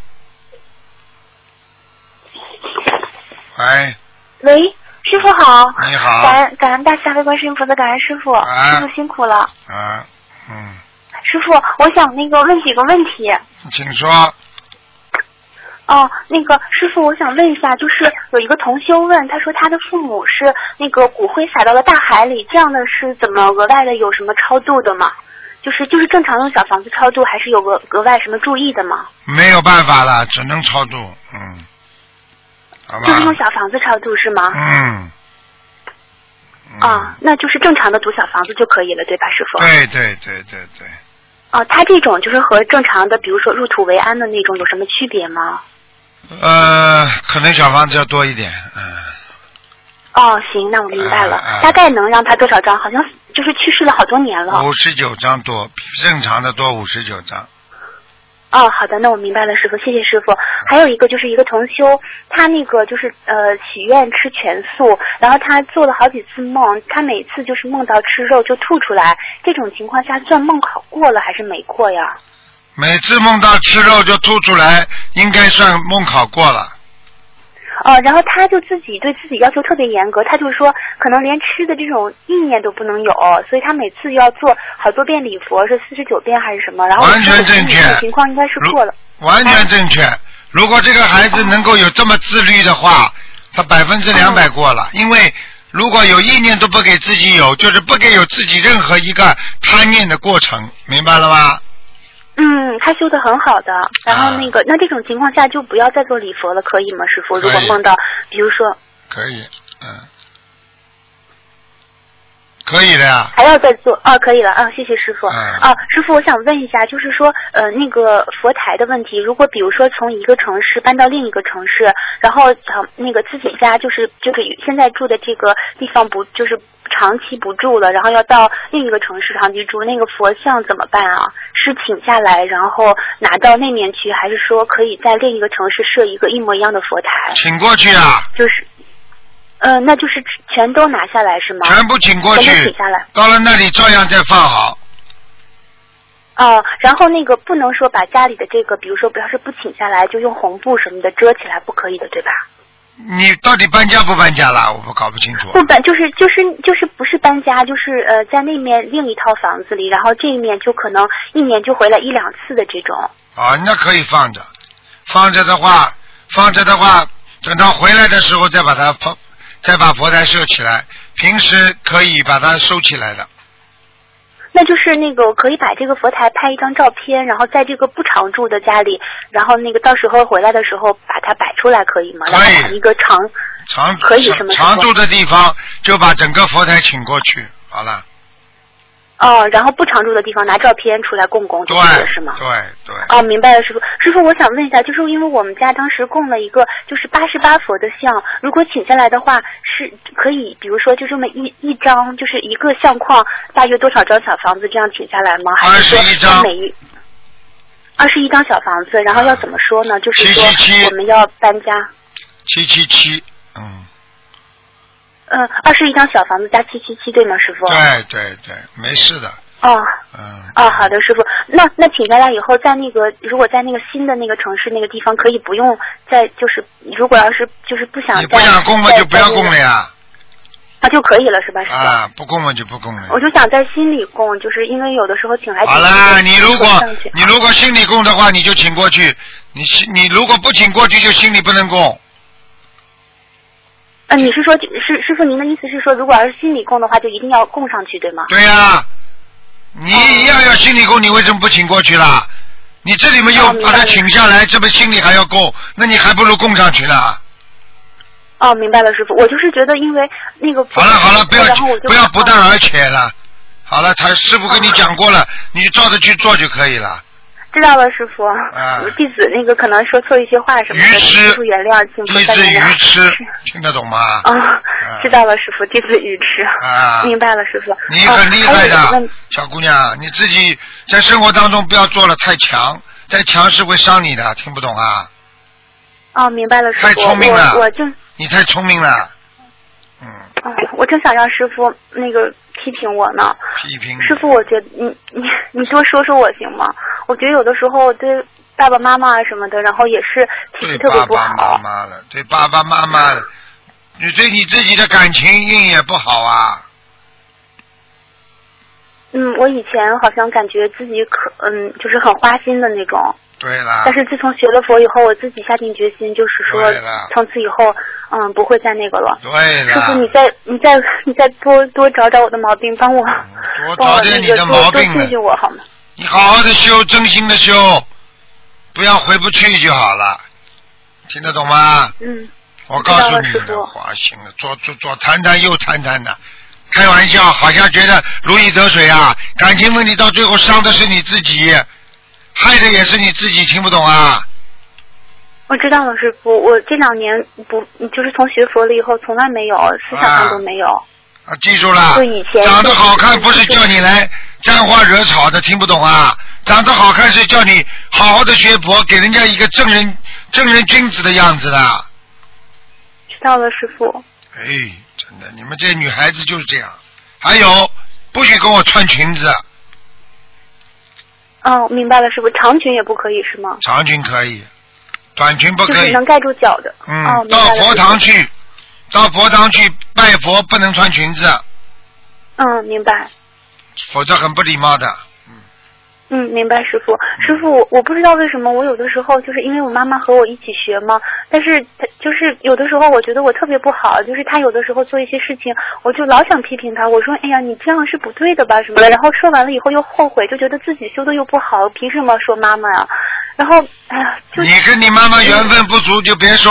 喂。 喂，师傅好。 你好。 感恩感恩大慈大悲观世音菩萨，感恩师傅， 啊、 师傅辛苦了。 啊，嗯。 师傅，我想那个问几个问题。 请说。 哦，那个师傅，我想问一下，就是有一个同修问，他说他的父母是那个骨灰撒到了大海里，这样的是怎么额外的有什么超度的吗？就是就是正常用小房子超度，还是有个额外什么注意的吗？ 没有办法了，只能超度，嗯，好吧。 就是用小房子超度是吗？ 嗯。嗯啊，那就是正常的读小房子就可以了，对吧，师傅？ 对对对对对。 哦，他这种就是和正常的，比如说入土为安的那种有什么区别吗？ 呃，可能小房子要多一点，嗯。 哦，行，那我明白了。 呃呃、 大概能让他多少张？好像就是去世了好多年了。 五十九张多，比正常的多五十九张。 哦，好的，那我明白了，师傅，谢谢师傅。还有一个就是一个同修，他那个就是呃许愿吃全素，然后他做了好几次梦，他每次就是梦到吃肉就吐出来，这种情况下算梦考过了还是没过呀？ 每次梦到吃肉就吐出来，应该算梦考过了。 哦，然后他就自己对自己要求特别严格，他就说可能连吃的这种意念都不能有，所以他每次要做好多遍礼佛，是四十九遍还是什么？然后完全正确， 情况应该是过了。 完全正确。啊、如果这个孩子能够有这么自律的话，他百分之两百过了。嗯、因为如果有意念都不给自己有，就是不给有自己任何一个贪念的过程，明白了吗？ 嗯，他修得很好的，然后那个，啊、那这种情况下就不要再做礼佛了，可以吗，师傅？如果梦到，比如说， 可以，嗯，可以的呀。 还要再做啊？可以了啊，谢谢师傅。 嗯、 啊，师傅，我想问一下，就是说，呃，那个佛台的问题，如果比如说从一个城市搬到另一个城市，然后想那个自己家就是就是现在住的这个地方不就是长期不住了，然后要到另一个城市长期住，那个佛像怎么办啊？是请下来然后拿到那面去，还是说可以在另一个城市设一个一模一样的佛台？ 请过去啊。 就是，呃，那就是全都拿下来是吗？ 全部请过去， 全部请下来。 到了那里照样再放好。 哦，然后那个不能说把家里的这个，比如说，要是不请下来，就用红布什么的遮起来，不可以的，对吧？ 你到底搬家不搬家了？我不搞不清楚。 不搬，就是就是就是不是搬家，就是呃在那面另一套房子里，然后这一面就可能一年就回来一两次的这种。 啊，那可以放着，放着的话，放着的话，等到回来的时候再把它放，再把佛台设起来。平时可以把它收起来的。 那就是那个，我可以把这个佛台拍一张照片，然后在这个不常住的家里，然后那个到时候回来的时候把它摆出来，可以吗？ 可以。 然后把一个常常可以什么常住的地方，就把整个佛台请过去，好了。 哦，然后不常住的地方拿照片出来供供就可以了，是吗？ 对对。 哦，明白了，师傅。师傅，我想问一下，就是因为我们家当时供了一个就是八十八佛的像，如果请下来的话，是可以，比如说就这么一一张，就是一个相框，大约多少张小房子这样请下来吗？还是说每一二十一张小房子？然后要怎么说呢？就是说我们要搬家。 七七七，嗯。 嗯，二十一张小房子加七七七，对吗，师傅？ 对对对，没事的。 哦。 嗯。 哦，好的，师傅。那那请下来以后，在那个如果在那个新的那个城市那个地方，可以不用再就是，如果要是就是不想再你不想供嘛，就不要供了呀。 啊，就可以了是吧，师傅？ 啊，不供嘛就不供了。 我就想在心里供，就是因为有的时候请来。 好啦，你如果你如果心里供的话，你就请过去；你心你如果不请过去，就心里不能供。 呃，你是说，师师傅，您的意思是说，如果要是心里供的话，就一定要供上去，对吗？ 对呀、啊，你一样要心里供，你为什么不请过去啦？你这里面又把它请下来，这不心里还要供，那你还不如供上去呢。 哦，明白了，师傅，我就是觉得，因为那个好了好了，不要不要不但而且了，好了，他师傅跟你讲过了，哦、你就照着去做就可以了。 知道了，师傅。 啊， 弟子那个可能说错一些话什么的，师傅原谅，请弟子愚痴，听得懂吗？ 啊、哦，知道了，师傅，弟子愚痴。啊，明白了，师傅。 你很厉害的，哦、小姑娘，你自己在生活当中不要做了太强，太强是会伤你的，听不懂啊？ 哦，明白了，师傅。 太聪明了， 我我正你太聪明了。嗯。 哦，我正想让师傅那个批评我呢。 批评。 师傅，我觉得你你你多说说我行吗？我觉得有的时候对爸爸妈妈什么的，然后也是脾气特别不好。 对爸爸妈妈了，对爸爸妈妈了，你对你自己的感情运也不好啊。 嗯，我以前好像感觉自己可嗯，就是很花心的那种。 对了。 但是自从学了佛以后，我自己下定决心，就是说，从此以后，嗯，不会再那个了。 对了。 师傅，你再你再你再多多找找我的毛病，帮我多找点你的毛病了。 多谢谢我好吗？ 你好好的修，真心的修，不要回不去就好了，听得懂吗？ 嗯。 我告诉你了，花心了，左左左谈谈右谈谈的。开玩笑，好像觉得如鱼得水啊！感情问题到最后伤的是你自己，害的也是你自己，听不懂啊？ 我知道了，师傅。我这两年不，就是从学佛了以后，从来没有思想上都没有。 啊，记住了。 就以前长得好看不是叫你来沾花惹草的，听不懂啊？长得好看是叫你好好的学佛，给人家一个正人正人君子的样子的。 知道了，师傅。 哎。真的，你们这些女孩子就是这样。还有，不许跟我穿裙子。 哦，明白了，师傅，长裙也不可以是吗？ 长裙可以，短裙不可以。 就是能盖住脚的。 嗯， 哦、 到佛堂去，到佛堂去拜佛不能穿裙子。 嗯，明白。 否则很不礼貌的。 嗯，明白，师傅。师傅，我我不知道为什么我有的时候就是因为我妈妈和我一起学嘛，但是就是有的时候我觉得我特别不好，就是她有的时候做一些事情，我就老想批评她，我说哎呀你这样是不对的吧什么的，然后说完了以后又后悔，就觉得自己修的又不好，凭什么说妈妈呀？然后哎呀，就你跟你妈妈缘分不足就别说。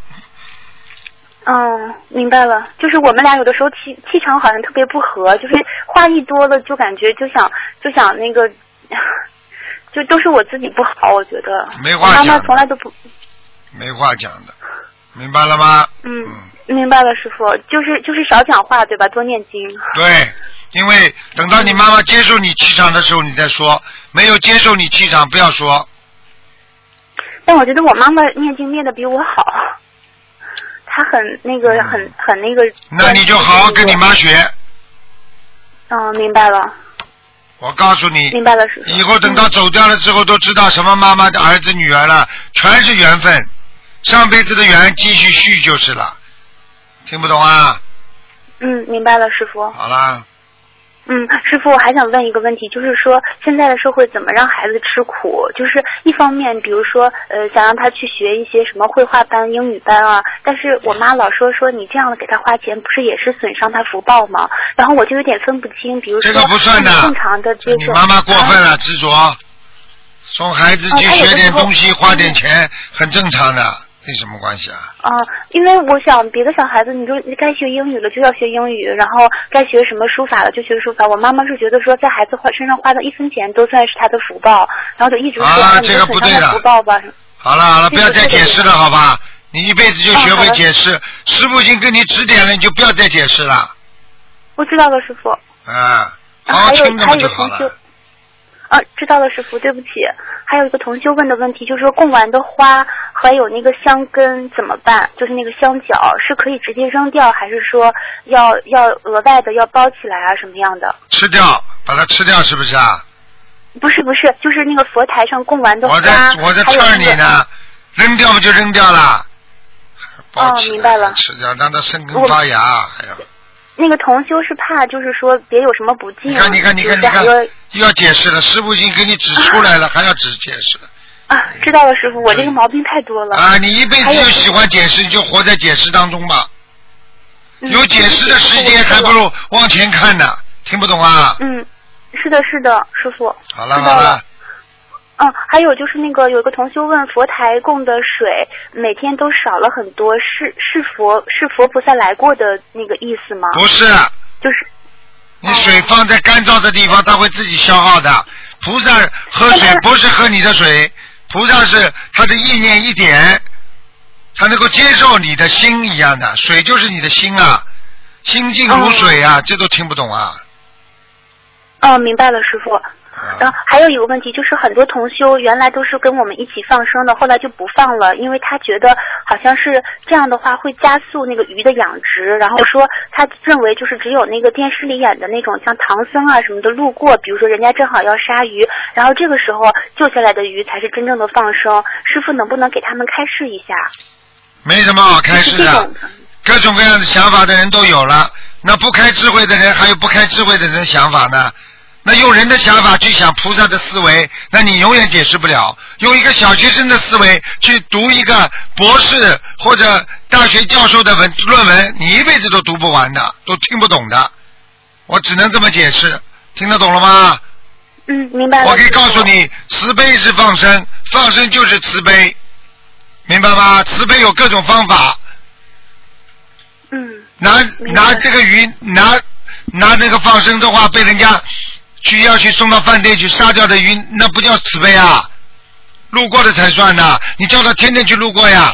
嗯，明白了，就是我们俩有的时候气气场好像特别不合，就是话一多了就感觉就想就想那个。就都是我自己不好，我觉得。 没话讲。 妈妈从来都不。 没话讲的，明白了吗？ 嗯，嗯明白了，师傅，就是就是少讲话，对吧？多念经。 对，因为等到你妈妈接受你气场的时候，你再说；没有接受你气场，不要说。 但我觉得我妈妈念经念的比我好，她很那个，很很那个。 那你就好好跟你妈学。 嗯，明白了。 我告诉你， 明白了，师傅。 以后等到走掉了之后，都知道什么妈妈的儿子、女儿了，全是缘分，上辈子的缘继续续就是了。听不懂啊？ 嗯，明白了，师傅。 好啦。 嗯，师傅，我还想问一个问题，就是说现在的社会怎么让孩子吃苦？就是一方面，比如说，呃，想让他去学一些什么绘画班、英语班啊，但是我妈老说说你这样给他花钱，不是也是损伤他福报吗？然后我就有点分不清，比如说这个不算的， 正常的这种。 你妈妈过分了，执着，送孩子去学点东西，花点钱，很正常的。有什么关系啊？ 啊，因为我想别的小孩子，你说该学英语了就要学英语，然后该学什么书法了就学书法。我妈妈是觉得说在孩子花身上花的一分钱都算是他的福报，然后就一直说啊，这个不对的。 福报吧。 好了好了，不要再解释了，好吧？你一辈子就学会解释，师傅已经跟你指点了，你就不要再解释了。 我知道了，师傅。 啊，好好听着就好了。 啊，知道了，师傅，对不起。还有一个同修问的问题，就是说供完的花还有那个香根怎么办？就是那个香角是可以直接扔掉，还是说要要额外的要包起来啊，什么样的？ 吃掉，把它吃掉，是不是啊？ 不是不是，就是那个佛台上供完的花， 我在我在劝你呢，扔掉不就扔掉了？ 哦，明白了。 吃掉，让它生根发芽，还要。 那个同修是怕，就是说别有什么不敬。 你看，你看，你看，你看，又要解释了。师傅已经给你指出来了，啊、还要指解释。 啊，知道了，师傅，我这个毛病太多了。 啊，你一辈子就喜欢解释，你就活在解释当中吧。嗯、有解释的时间，还不如往前看呢。听不懂啊？ 嗯，是的，是的，师傅。 好了，好了。 嗯，还有就是那个有个同修问，佛台供的水每天都少了很多，是是佛是佛菩萨来过的那个意思吗？ 不是， 就是你水放在干燥的地方，它会自己消耗的。菩萨喝水不是喝你的水，菩萨是他的意念一点，他能够接受你的心一样的，水就是你的心啊，心静如水啊，嗯、这都听不懂啊。 哦，明白了，师傅。 然后还有一个问题就是，很多同修原来都是跟我们一起放生的，后来就不放了，因为他觉得好像是这样的话会加速那个鱼的养殖，然后说他认为就是只有那个电视里演的那种像唐僧啊什么的路过，比如说人家正好要杀鱼，然后这个时候救下来的鱼才是真正的放生。师父能不能给他们开示一下？ 没什么好开示的，各种各样的想法的人都有了。那不开智慧的人还有不开智慧的人的想法呢？那用人的想法去想菩萨的思维，那你永远解释不了。用一个小学生的思维去读一个博士或者大学教授的文论文，你一辈子都读不完的，都听不懂的。我只能这么解释，听得懂了吗？ 嗯，明白了。 我可以告诉你，慈悲是放生，放生就是慈悲，明白吗？慈悲有各种方法。 嗯。 拿拿这个鱼，拿拿那个放生的话，被人家去要去送到饭店去杀掉的鱼，那不叫慈悲啊，路过的才算呢。你叫他天天去路过呀。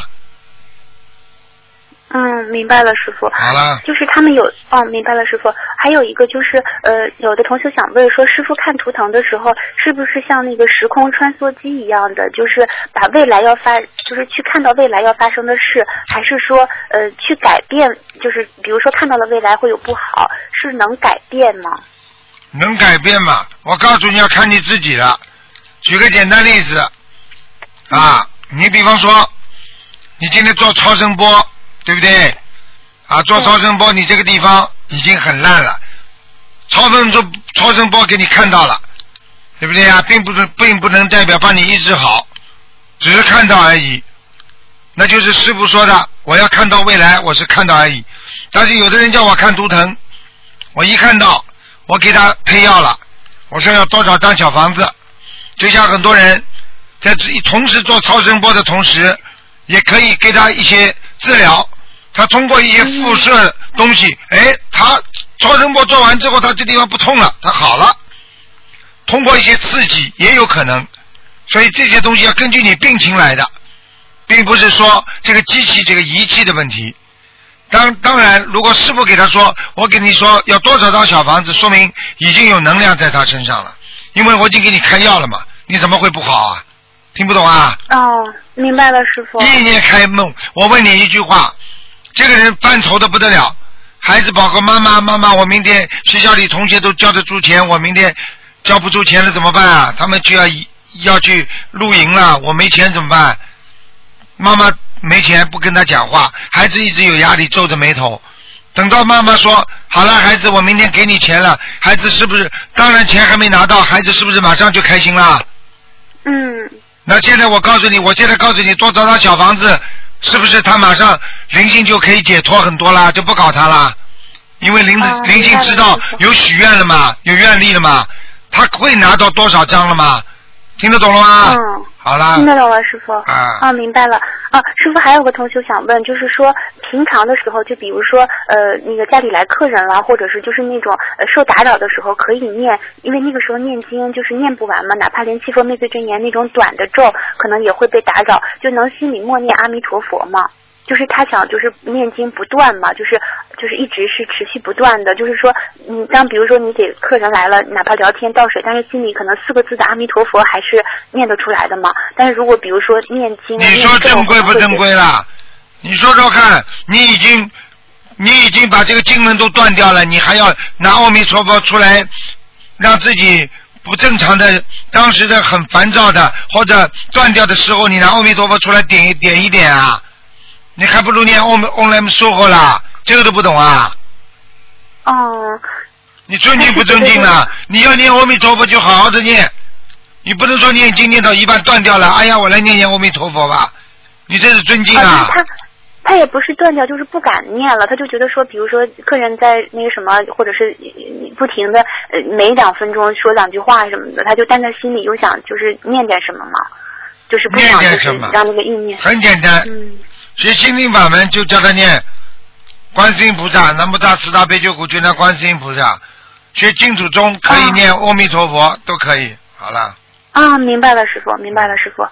嗯，明白了，师傅。 好了。 就是他们有，哦，明白了，师傅。还有一个就是，呃，有的同学想问说，师傅看图腾的时候，是不是像那个时空穿梭机一样的，就是把未来要发，就是去看到未来要发生的事，还是说，呃，去改变，就是比如说看到了未来会有不好，是能改变吗？ 能改变吗？我告诉你要看你自己了。举个简单例子，啊，你比方说，你今天做超声波。对不对？啊，做超声波，你这个地方已经很烂了，超声波超声波给你看到了，对不对呀？并不是，并不能代表帮你医治好，只是看到而已。那就是师父说的，我要看到未来，我是看到而已。但是有的人叫我看图腾，我一看到，我给他配药了，我说要多少张小房子，就像很多人在同时做超声波的同时，也可以给他一些治疗。他通过一些辐射东西，哎，他超声波做完之后，他这地方不痛了，他好了。通过一些刺激也有可能，所以这些东西要根据你病情来的，并不是说这个机器、这个仪器的问题。当当然，如果师父给他说，我给你说要多少张小房子，说明已经有能量在他身上了，因为我已经给你开药了嘛，你怎么会不好啊？听不懂啊？ 哦，明白了，师父。 意念开梦，我问你一句话。这个人犯愁的不得了，孩子报告妈妈，妈妈，我明天学校里同学都交得出钱，我明天交不出钱了怎么办啊？他们就要要去露营了，我没钱怎么办？妈妈没钱不跟他讲话，孩子一直有压力，皱着眉头。等到妈妈说好了，孩子，我明天给你钱了，孩子是不是？当然钱还没拿到，孩子是不是马上就开心了？ 嗯。 那现在我告诉你，我现在告诉你，多找找小房子。是不是他马上灵性就可以解脱很多啦，就不搞他啦？因为灵、哦、灵性知道有许愿了嘛，有愿力了嘛，他会拿到多少张了嘛？听得懂了吗？ 嗯， 好了。 听得懂了，师傅。 啊。 啊，明白了。啊，师傅还有个同学想问，就是说平常的时候，就比如说呃那个家里来客人了，或者是就是那种呃受打扰的时候，可以念，因为那个时候念经就是念不完嘛，哪怕连七佛灭罪真言那种短的咒，可能也会被打扰，就能心里默念阿弥陀佛嘛。就是他想就是念经不断嘛，就是就是一直是持续不断的，就是说你当比如说你给客人来了，哪怕聊天倒水，但是心里可能四个字的阿弥陀佛还是念得出来的嘛。但是如果比如说念经， 你说正规不正规啦？你说说看，你已经你已经把这个经文都断掉了，你还要拿阿弥陀佛出来让自己不正常的当时的很烦躁的或者断掉的时候，你拿阿弥陀佛出来点一点一点啊？你还不如念嗡嗡来说过啦，这个都不懂啊？ 哦。 你尊敬不尊敬啊？你要念阿弥陀佛就好好的念，你不能说念经念到一半断掉了，哎呀，我来念念阿弥陀佛吧，你这是尊敬啊？ 啊他他也不是断掉，就是不敢念了，他就觉得说，比如说客人在那个什么，或者是不停的呃每两分钟说两句话什么的，他就但在心里又想就是念点什么嘛，就是不想就是让那个意念。 很简单。 嗯。 学心灵法门就叫他念观世音菩萨，南无大慈大悲救苦救难观世音菩萨。学净土宗可以念阿弥陀佛，啊、都可以。好了。 啊，明白了，师傅，明白了，师傅。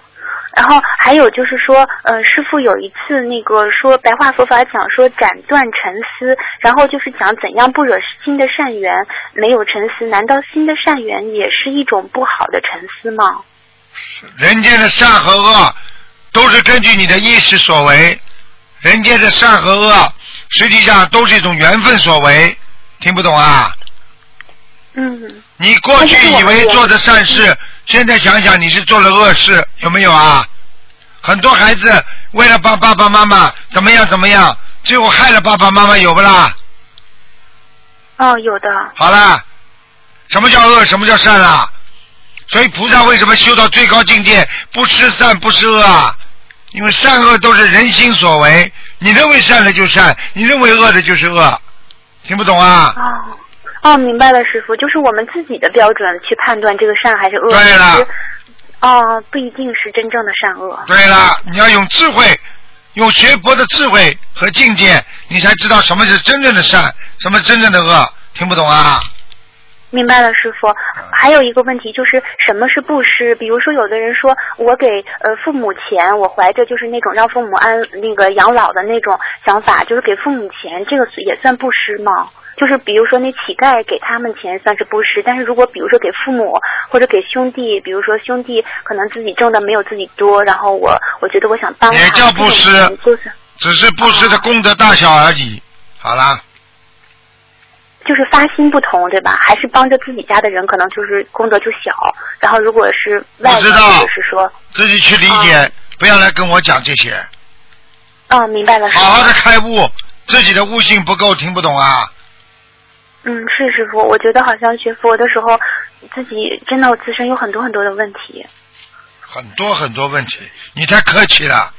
然后还有就是说，呃，师父有一次那个说白话佛法讲说斩断尘丝，然后就是讲怎样不惹心的善缘，没有尘丝，难道心的善缘也是一种不好的尘丝吗？ 人间的善和恶都是根据你的意识所为，人间的善和恶实际上都是一种缘分所为，听不懂啊？ 嗯。 你过去以为做的善事，现在想想你是做了恶事，有没有啊？很多孩子为了帮爸爸妈妈怎么样怎么样，最后害了爸爸妈妈，有不啦？ 哦，有的。 好了，什么叫恶，什么叫善啦？所以菩萨为什么修到最高境界不吃善不吃恶啊？因为善恶都是人心所为，你认为善的就善，你认为恶的就是恶，听不懂啊？ 哦。哦，明白了，师父，就是我们自己的标准去判断这个善还是恶。 对了。 哦，不一定是真正的善恶。 对了，你要用智慧，用学佛的智慧和境界，你才知道什么是真正的善，什么真正的恶，听不懂啊？ 明白了，师父。还有一个问题就是什么是布施？比如说有的人说我给呃父母钱，我怀着就是那种让父母安那个养老的那种想法，就是给父母钱，这个也算布施吗？就是比如说那乞丐给他们钱算是布施，但是如果比如说给父母或者给兄弟，比如说兄弟可能自己挣的没有自己多，然后我我觉得我想帮他， 也叫布施， 就是只是布施的功德大小而已。好啦。 就是发心不同，对吧？还是帮着自己家的人，可能就是功德就小。然后如果是外人，或者是说自己去理解，嗯、不要来跟我讲这些。 哦，明白了。 好好的开悟，自己的悟性不够，听不懂啊。 嗯，是师父，我觉得好像学佛的时候，自己真的自身有很多很多的问题。 很多很多问题，你太客气了。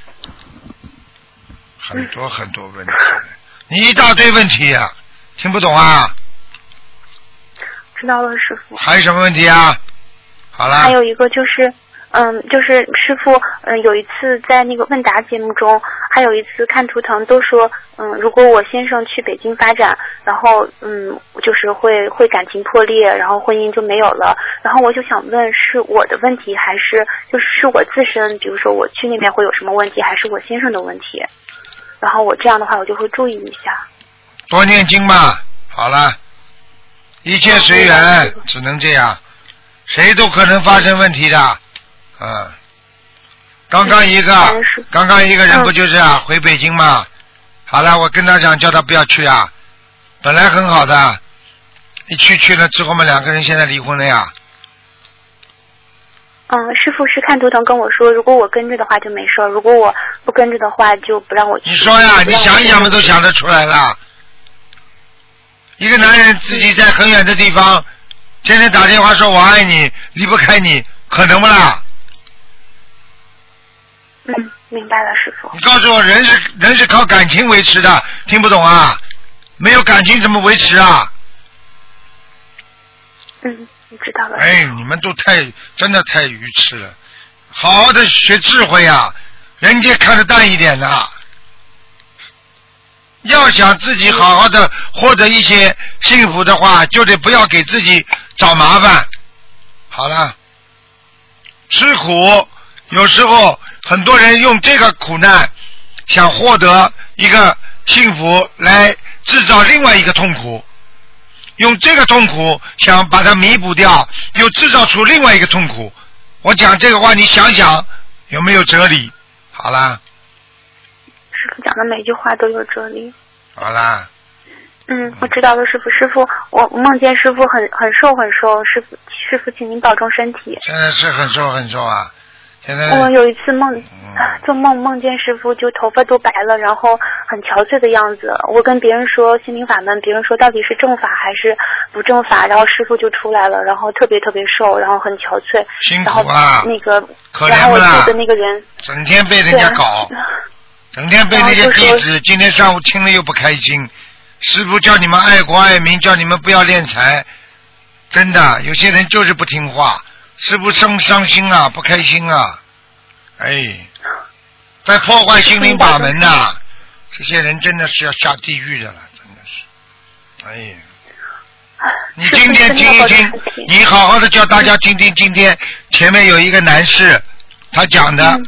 很多很多问题，嗯、你一大堆问题呀、啊，听不懂啊？ 知道了，师父。 还有什么问题啊？好了。 还有一个就是。嗯，就是师父，嗯，有一次在那个问答节目中，还有一次看图腾都说，嗯，如果我先生去北京发展，然后嗯，就是会会感情破裂，然后婚姻就没有了。然后我就想问，是我的问题，还是就是是我自身，比如说我去那边会有什么问题，还是我先生的问题？然后我这样的话，我就会注意一下。 多念经嘛，好了，一切随缘，只能这样，谁都可能发生问题的。嗯，刚刚一个，刚刚一个人不就是啊，回北京嘛？好了，我跟他讲，叫他不要去啊，本来很好的，一去去了之后嘛，两个人现在离婚了呀。 嗯，师父是看图腾跟我说，如果我跟着的话就没事，如果我不跟着的话就不让我去。 你说呀，你想一想嘛，都想得出来了。一个男人自己在很远的地方，天天打电话说我爱你，离不开你，可能不啦？ 嗯，明白了，师父。 你告诉我，人是人是靠感情维持的，听不懂啊？没有感情怎么维持啊？ 嗯，你知道了。 哎，你们都太真的太愚痴了，好好的学智慧啊，人家看得淡一点的、啊。要想自己好好的获得一些幸福的话，就得不要给自己找麻烦。好了，吃苦。有时候很多人用这个苦难想获得一个幸福，来制造另外一个痛苦，用这个痛苦想把它弥补掉，又制造出另外一个痛苦。我讲这个话你想想有没有哲理？好啦， 师父讲的每句话都有哲理。 好啦， 嗯，我知道了，师父。师父，我梦见师父很很瘦很瘦，师父师父请您保重身体。 现在是很瘦很瘦啊。现在我有一次梦，做梦梦见师父就头发都白了，然后很憔悴的样子。我跟别人说心灵法门，别人说到底是正法还是不正法，然后师父就出来了，然后特别特别瘦，然后很憔悴。 辛苦啊！ 那个， 可然后我怜住的那个人， 整天被人家搞，整天被那些弟子，今天上午听了又不开心。师父叫你们爱国爱民，叫你们不要敛财，真的，有些人就是不听话。是不伤伤心啊，不开心啊，哎，在破坏心灵法门呐、啊，这些人真的是要下地狱的了，真的是，哎，你今天听一听，你好好的叫大家听听，今天前面有一个男士，他讲的，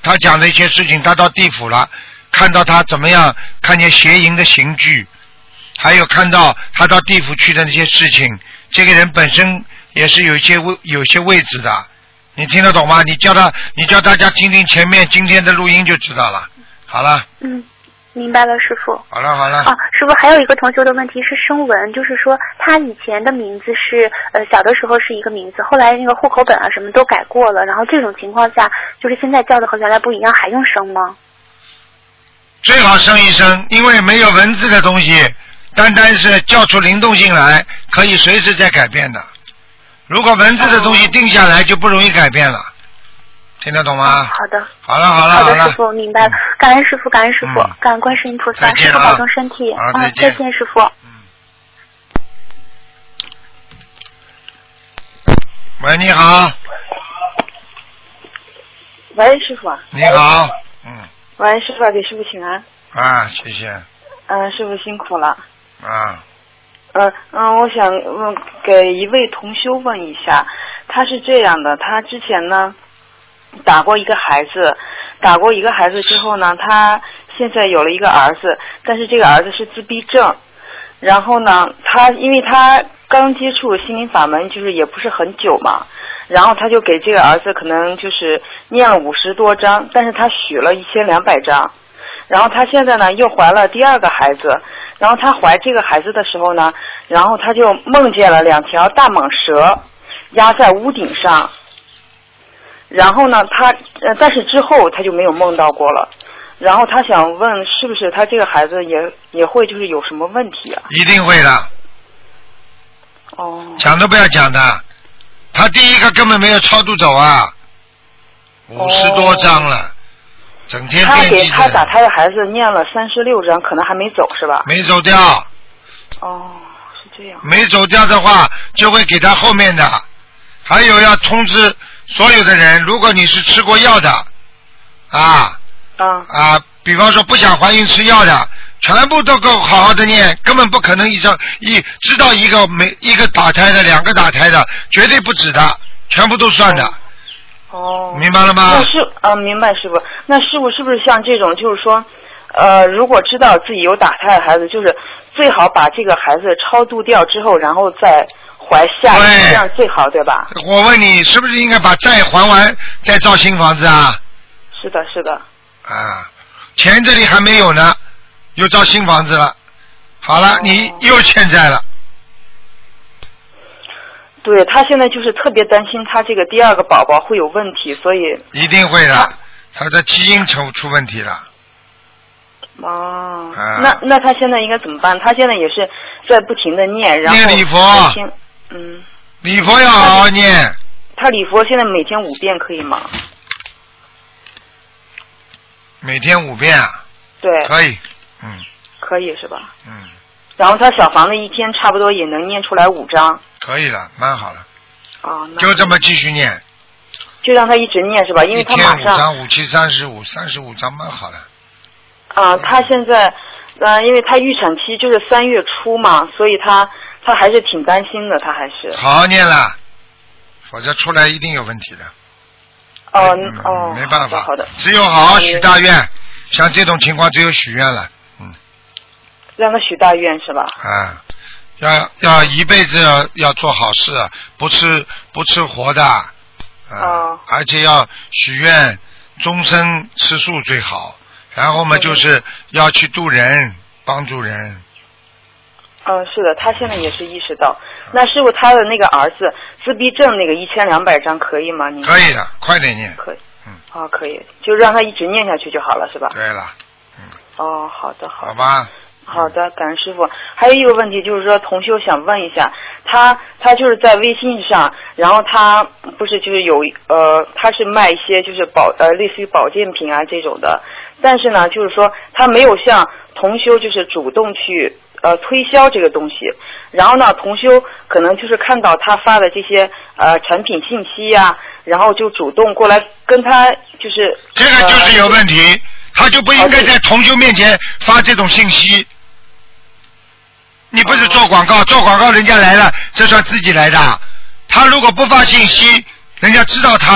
他讲的一些事情，他到地府了，看到他怎么样，看见邪淫的刑具，还有看到他到地府去的那些事情，这个人本身也是有一些位有些位置的，你听得懂吗？你叫他，你叫大家听听前面今天的录音就知道了。好了。 嗯。明白了，师傅。 好了好了。 啊，师傅还有一个同修的问题是声纹，就是说他以前的名字是呃小的时候是一个名字，后来那个户口本啊什么都改过了，然后这种情况下，就是现在叫的和原来不一样，还用声吗？ 最好声一声，因为没有文字的东西，单单是叫出灵动性来，可以随时再改变的。如果文字的东西定下来，就不容易改变了。听得懂吗？ 哦、好的。 好了好了好的，师傅明白了。感恩师傅，感恩师傅，嗯、感恩观世音菩萨，师傅保重身体。 啊， 再见，再见师傅。 嗯。喂，你好。 喂，师傅。 你好。嗯。 喂，师傅，给师傅请安。 啊，谢谢。 嗯、呃，师傅辛苦了。 啊。 嗯嗯，我想问给一位同修问一下，他是这样的，他之前呢打过一个孩子，打过一个孩子之后呢，他现在有了一个儿子，但是这个儿子是自闭症，然后呢，他因为他刚接触心灵法门，就是也不是很久嘛，然后他就给这个儿子可能就是念了五十多章，但是他许了一千两百章，然后他现在呢又怀了第二个孩子。然后他怀这个孩子的时候呢，然后他就梦见了两条大蟒蛇压在屋顶上，然后呢他呃但是之后他就没有梦到过了，然后他想问是不是他这个孩子也也会就是有什么问题啊？ 一定会的。 哦。 讲都不要讲的，他第一个根本没有超度走啊，五十多章了。哦，整天他给他打胎的孩子念了三十六章，可能还没走是吧？ 没走掉。 哦，是这样。 没走掉的话，就会给他后面的。还有要通知所有的人，如果你是吃过药的，啊， 啊啊，比方说不想怀孕吃药的，全部都够好好的念，根本不可能一张一知道一个每一个打胎的，两个打胎的，绝对不止的，全部都算的。 哦， 明白了吗？ 那是啊，明白师傅。那师傅是不是像这种，就是说，呃，如果知道自己有打胎的孩子，就是最好把这个孩子超度掉之后，然后再怀下一个，这样最好，对吧？ 我问你，是不是应该把债还完再造新房子啊？ 是的，是的。 啊，钱这里还没有呢，又造新房子了。好了，哦、你又欠债了。 对，他现在就是特别担心他这个第二个宝宝会有问题，所以一定会的，他的基因出出问题了。 哦， 啊、 那那他现在应该怎么办？他现在也是在不停的念，然后念礼佛， 嗯， 礼佛要好好念。 他礼佛现在每天五遍可以吗？ 每天五遍啊？ 对， 可以，嗯， 可以是吧？ 嗯。 然后他小房子一天差不多也能念出来五张。 可以了，蛮好了。 哦， 就这么继续念。 就让他一直念是吧？因为他马上。 一天五张，五七三十五，三十五张蛮好了。 啊，他现在，呃，因为他预产期就是三月初嘛，所以他他还是挺担心的，他还是。 好好念了，否则出来一定有问题的。 哦、 嗯、 哦， 没办法， 好的， 只有好好许大愿，像这种情况只有许愿了。 让他许大愿是吧？ 啊，要要一辈子要要做好事，不吃不吃活的，啊， 哦、 而且要许愿终身吃素最好。然后嘛，就是要去度人，帮助人。 嗯，是的，他现在也是意识到。那师傅，他的那个儿子自闭症那个一千两百张可以吗？您可以的，快点念。 可以。 嗯。 哦，可以，就让他一直念下去就好了，是吧？ 对了。嗯。 哦，好的，好的。 好吧。 好的，感恩师傅。还有一个问题就是说，同修想问一下，他他就是在微信上，然后他不是就是有呃，他是卖一些就是保呃类似于保健品啊这种的，但是呢，就是说他没有向同修就是主动去呃推销这个东西，然后呢，同修可能就是看到他发的这些呃产品信息呀、啊，然后就主动过来跟他就是。 这个就是有问题，呃、他就不应该在同修面前发这种信息。你不是做广告，做广告人家来了，这算自己来的。他如果不发信息，人家知道他了，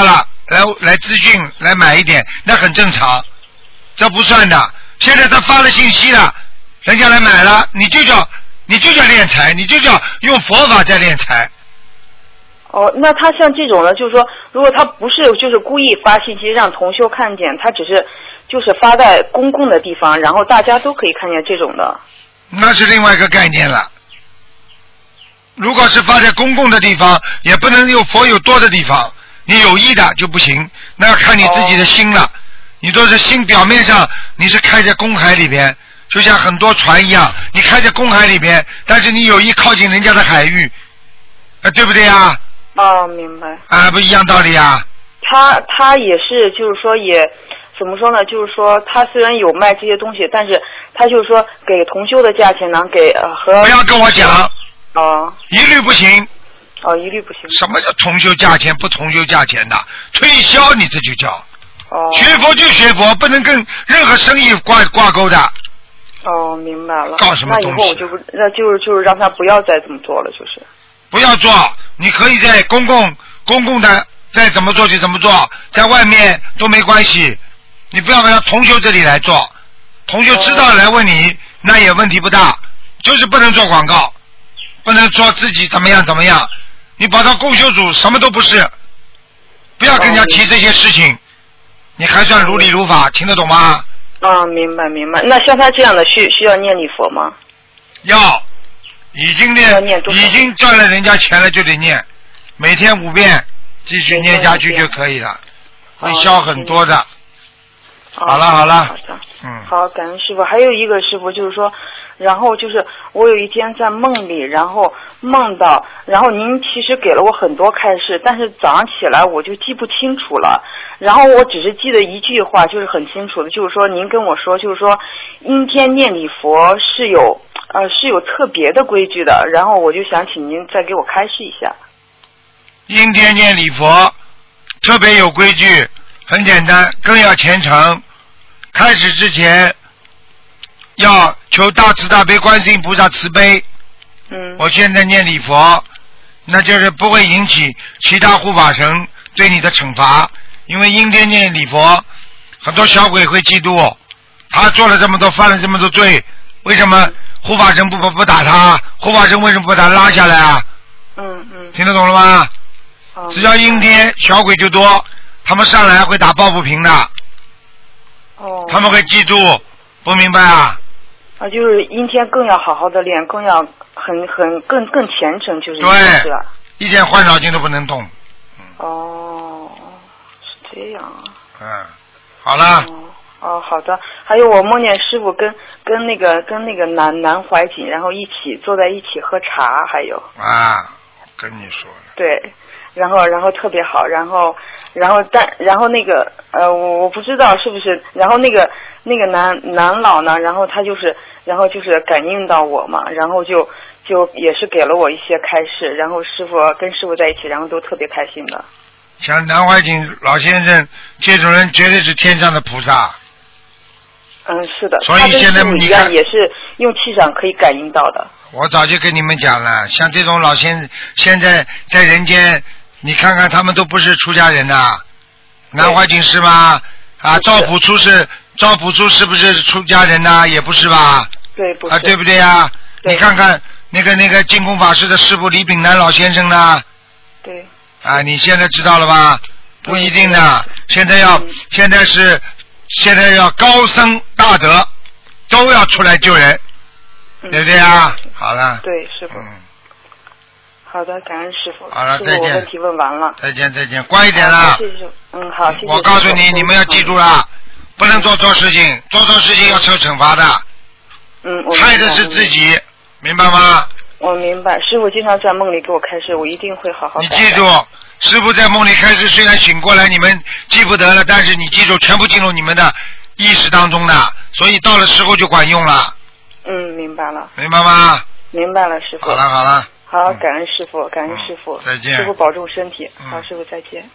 来来咨询来买一点，那很正常，这不算的。现在他发了信息了，人家来买了，你就叫你就叫敛财，你就叫用佛法在敛财。 哦，那他像这种呢，就是说，如果他不是就是故意发信息让同修看见，他只是就是发在公共的地方，然后大家都可以看见这种的， 那是另外一个概念了。如果是发在公共的地方，也不能有佛有多的地方，你有意的就不行，那要看你自己的心了。哦、你都是心表面上你是开在公海里边，就像很多船一样，你开在公海里边，但是你有意靠近人家的海域，啊，对不对啊？ 哦，明白。 啊，不一样道理啊。 他他也是，就是说也怎么说呢？就是说他虽然有卖这些东西，但是他就是说给同修的价钱呢，给呃和不要跟我讲。 哦。 一律不行。 哦，一律不行。 什么叫同修价钱不同修价钱的？推销你这就叫。 哦。 学佛就学佛，不能跟任何生意挂挂钩的。 哦，明白了。 搞什么东西？ 那以后我就不，那就是就是让他不要再这么做了，就是。 不要做，你可以在公共公共的再怎么做就怎么做，在外面都没关系。你不要让同修这里来做，同修知道来问你，哦、那也问题不大，就是不能做广告，不能说自己怎么样怎么样。你跑到共修组什么都不是，不要跟人家提这些事情，你还算如理如法，听得懂吗？ 啊，明白明白。那像他这样的需需要念礼佛吗？ 要。已经念，已经赚了人家钱了就得念，每天五遍，继续念下去就可以了，会消很多的。好了好了， 好的， 嗯， 好，感恩师傅。还有一个师傅就是说，然后就是我有一天在梦里，然后梦到，然后您其实给了我很多开示，但是早上起来我就记不清楚了。然后我只是记得一句话，就是很清楚的，就是说您跟我说，就是说阴天念礼佛是有。呃，是有特别的规矩的，然后我就想请您再给我开示一下。 阴天念礼佛特别有规矩，很简单，更要虔诚。开始之前要求大慈大悲观世音菩萨慈悲。 嗯。 我现在念礼佛，那就是不会引起其他护法神对你的惩罚，因为阴天念礼佛，很多小鬼会嫉妒，他做了这么多，犯了这么多罪，为什么？护法神不不不打他，护法神为什么不把他拉下来啊？ 嗯嗯。 听得懂了吗？ 哦、 只要阴天，小鬼就多，他们上来会打抱不平的。 哦。 他们会记住，不明白啊？ 啊，就是阴天更要好好的练，更要很很更更虔诚，就是对，一点坏脑筋都不能动。 嗯、哦，是这样啊。 嗯，好了。 哦哦，好的。还有我梦见师傅跟跟那个跟那个南南怀瑾，然后一起坐在一起喝茶，还有啊，我跟你说了。 对，然后然后特别好，然后然后但然后那个呃我我不知道是不是，然后那个那个男男老呢，然后他就是然后就是感应到我嘛，然后就就也是给了我一些开示，然后师傅跟师傅在一起，然后都特别开心的。 像南怀瑾老先生这种人，绝对是天上的菩萨。 嗯，是的， 所以现在你看也是用气场可以感应到的。 我早就跟你们讲了，像这种老先现在在人间，你看看他们都不是出家人呐、啊。南怀瑾是吗？啊，赵朴初是赵朴初是不是出家人呐、啊？也不是吧？ 对，不是。 啊，对不对呀？你看看那个那个净空法师的师傅李炳南老先生呢？ 对。 啊，你现在知道了吧？不一定的，现在要、嗯、现在是。现在要高僧大德都要出来救人，嗯、对不对啊？好了。 对，师傅。 嗯。 好的，感恩师傅。 好了，再见。 我问题问完了。 再见，再见，乖一点啦。 谢谢。嗯，好，谢谢。 我告诉你，你们要记住了，不能做错事情，做错事情要受惩罚的。 嗯，我害的是自己，明白吗？ 我明白，师傅经常在梦里给我开示，我一定会好好改。 你记住。师父在梦里开始，虽然醒过来你们记不得了，但是你记住，全部进入你们的意识当中的，所以到了时候就管用了。 嗯，明白了。 明白吗？ 明白了，师傅。 好了好了。 好，感恩师傅，感恩师傅。 再见。 师傅保重身体。 嗯、 好，师傅再见。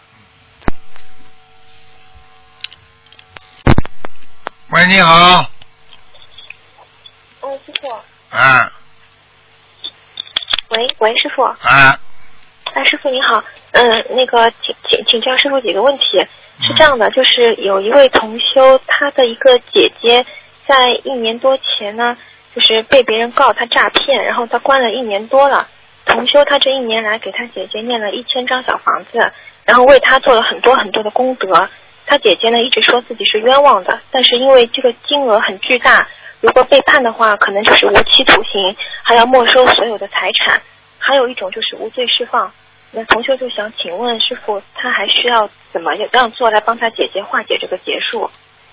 喂，你好。 哦，师傅。 啊。 喂喂，师傅。 啊。 哎，师傅您好，嗯，那个请请请教师傅几个问题。是这样的，就是有一位同修，他的一个姐姐在一年多前呢，就是被别人告他诈骗，然后他关了一年多了。同修他这一年来给他姐姐念了一千张小房子，然后为他做了很多很多的功德。他姐姐呢一直说自己是冤枉的，但是因为这个金额很巨大，如果被判的话，可能就是无期徒刑，还要没收所有的财产。还有一种就是无罪释放。那同修就想请问师父，他还需要怎么样做来帮他姐姐化解这个结束？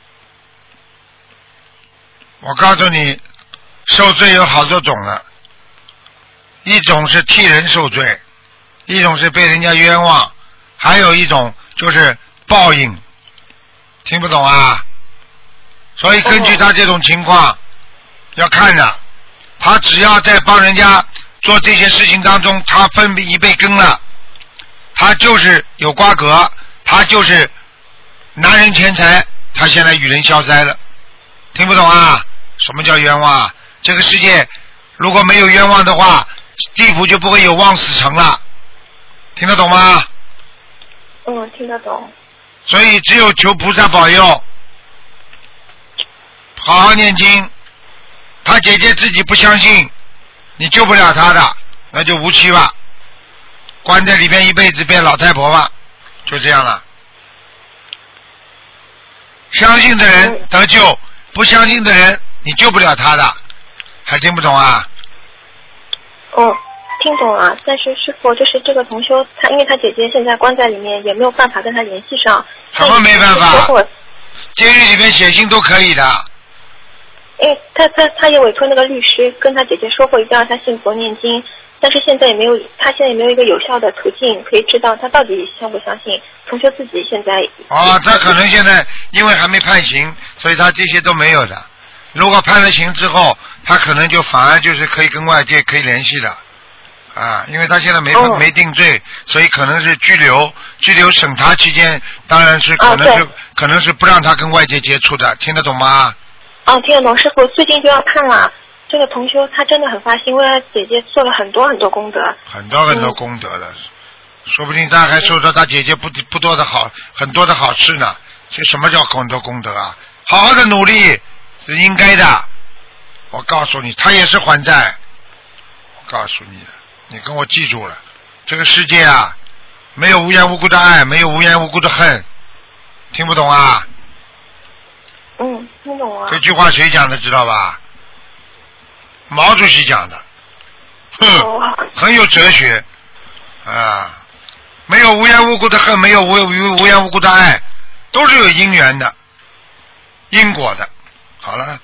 我告诉你，受罪有好多种了，一种是替人受罪，一种是被人家冤枉，还有一种就是报应。听不懂啊？所以根据他这种情况，要看着他只要在帮人家做这些事情当中，他分一杯羹了，他就是有瓜葛，他就是拿人钱财，他现在与人消灾了。听不懂啊？什么叫冤枉？这个世界如果没有冤枉的话，地府就不会有枉死城了。听得懂吗？ 嗯，听得懂。 所以只有求菩萨保佑，好好念经。他姐姐自己不相信，你救不了他的，那就无期吧，关在里边一辈子变老太婆吧，就这样了。相信的人得救，不相信的人你救不了他的，还听不懂啊？ 嗯，听懂了。但是师父，就是这个同修，他因为他姐姐现在关在里面，也没有办法跟他联系上。 什么没办法？监狱里面写信都可以的。 因为他他他也委托那个律师跟他姐姐说过，一定要他信佛念经，但是现在也没有，他现在也没有一个有效的途径可以知道他到底相不相信。同学自己现在哦，他可能现在因为还没判刑，所以他这些都没有的。如果判了刑之后，他可能就反而就是可以跟外界可以联系的啊，因为他现在没、哦、没定罪，所以可能是拘留，拘留审查期间，当然是可能是、哦、可能是不让他跟外界接触的，听得懂吗？ 哦，听得懂。师傅，最近就要判了，这个同修他真的很发心，为他姐姐做了很多很多功德， 很多很多功德了、嗯、说不定他还受到他姐姐不不多的好很多的好事呢。这什么叫很多功德啊？好好的努力是应该的。我告诉你，他也是还债。我告诉你，你跟我记住了，这个世界啊，没有无缘无故的爱，没有无缘无故的恨，听不懂啊？ 嗯，听懂了。 这句话谁讲的知道吧？毛主席讲的，哼，哦、很有哲学啊。没有无缘无故的恨，没有无无无缘无故的爱，都是有因缘的，因果的。好了。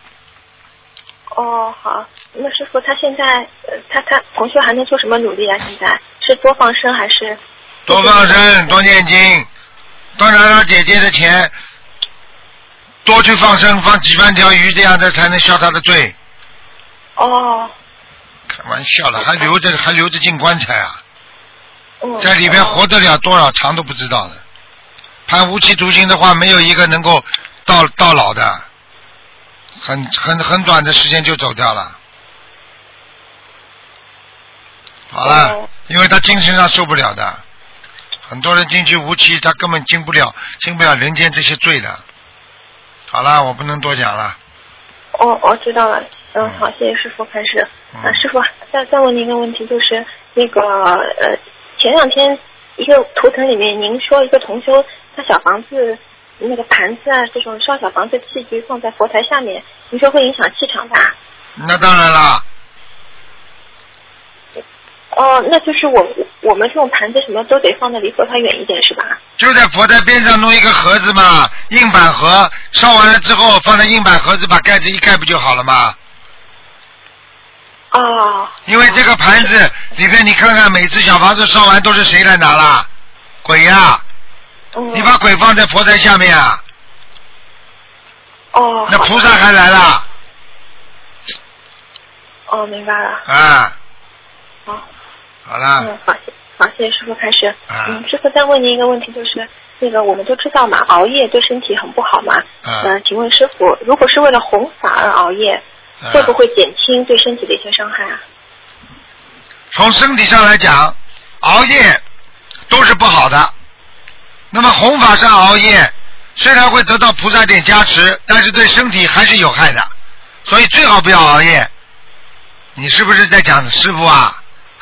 哦，好。那师傅，他现在，呃、他他同学还能做什么努力啊？现在是多放生还是？ 多放生，多念经，多拿他姐姐的钱。多去放生，放几万条鱼，这样的才能消他的罪。 哦。 开玩笑了，还留着还留着进棺材啊？ 嗯。 在里面活得了多少长都不知道的。判无期徒刑的话，没有一个能够到到老的，很很很短的时间就走掉了。好了，哦、因为他精神上受不了的，很多人进去无期，他根本经不了经不了人间这些罪的。好了，我不能多讲了。 哦，我知道了。嗯，好，谢谢师傅开始。嗯、啊，师傅，再再问您一个问题，就是那个呃，前两天一个图腾里面，您说一个同修，他小房子那个盘子啊，这种烧小房子器具放在佛台下面，您说会影响气场吧？ 那当然了。 哦，那就是我我们这种盘子什么都得放的离佛台远一点，是吧？ 就在佛台边上弄一个盒子嘛，硬板盒，烧完了之后放在硬板盒子，把盖子一盖不就好了吗？ 哦。 因为这个盘子里面，你看看每次小房子烧完都是谁来拿啦？鬼呀、啊！嗯。你把鬼放在佛台下面啊？ 哦。 那菩萨还来了？ 哦，明白了。 啊。 好。 好了。 嗯，好，好，谢谢师傅开始。啊、嗯，师傅再问您一个问题，就是那个我们都知道嘛，熬夜对身体很不好嘛。 啊。 呃，请问师傅，如果是为了弘法而熬夜，啊、会不会减轻对身体的一些伤害啊？ 从身体上来讲， 熬夜都是不好的。那么弘法上熬夜，虽然会得到菩萨点加持，但是对身体还是有害的，所以最好不要熬夜。你是不是在讲师傅啊？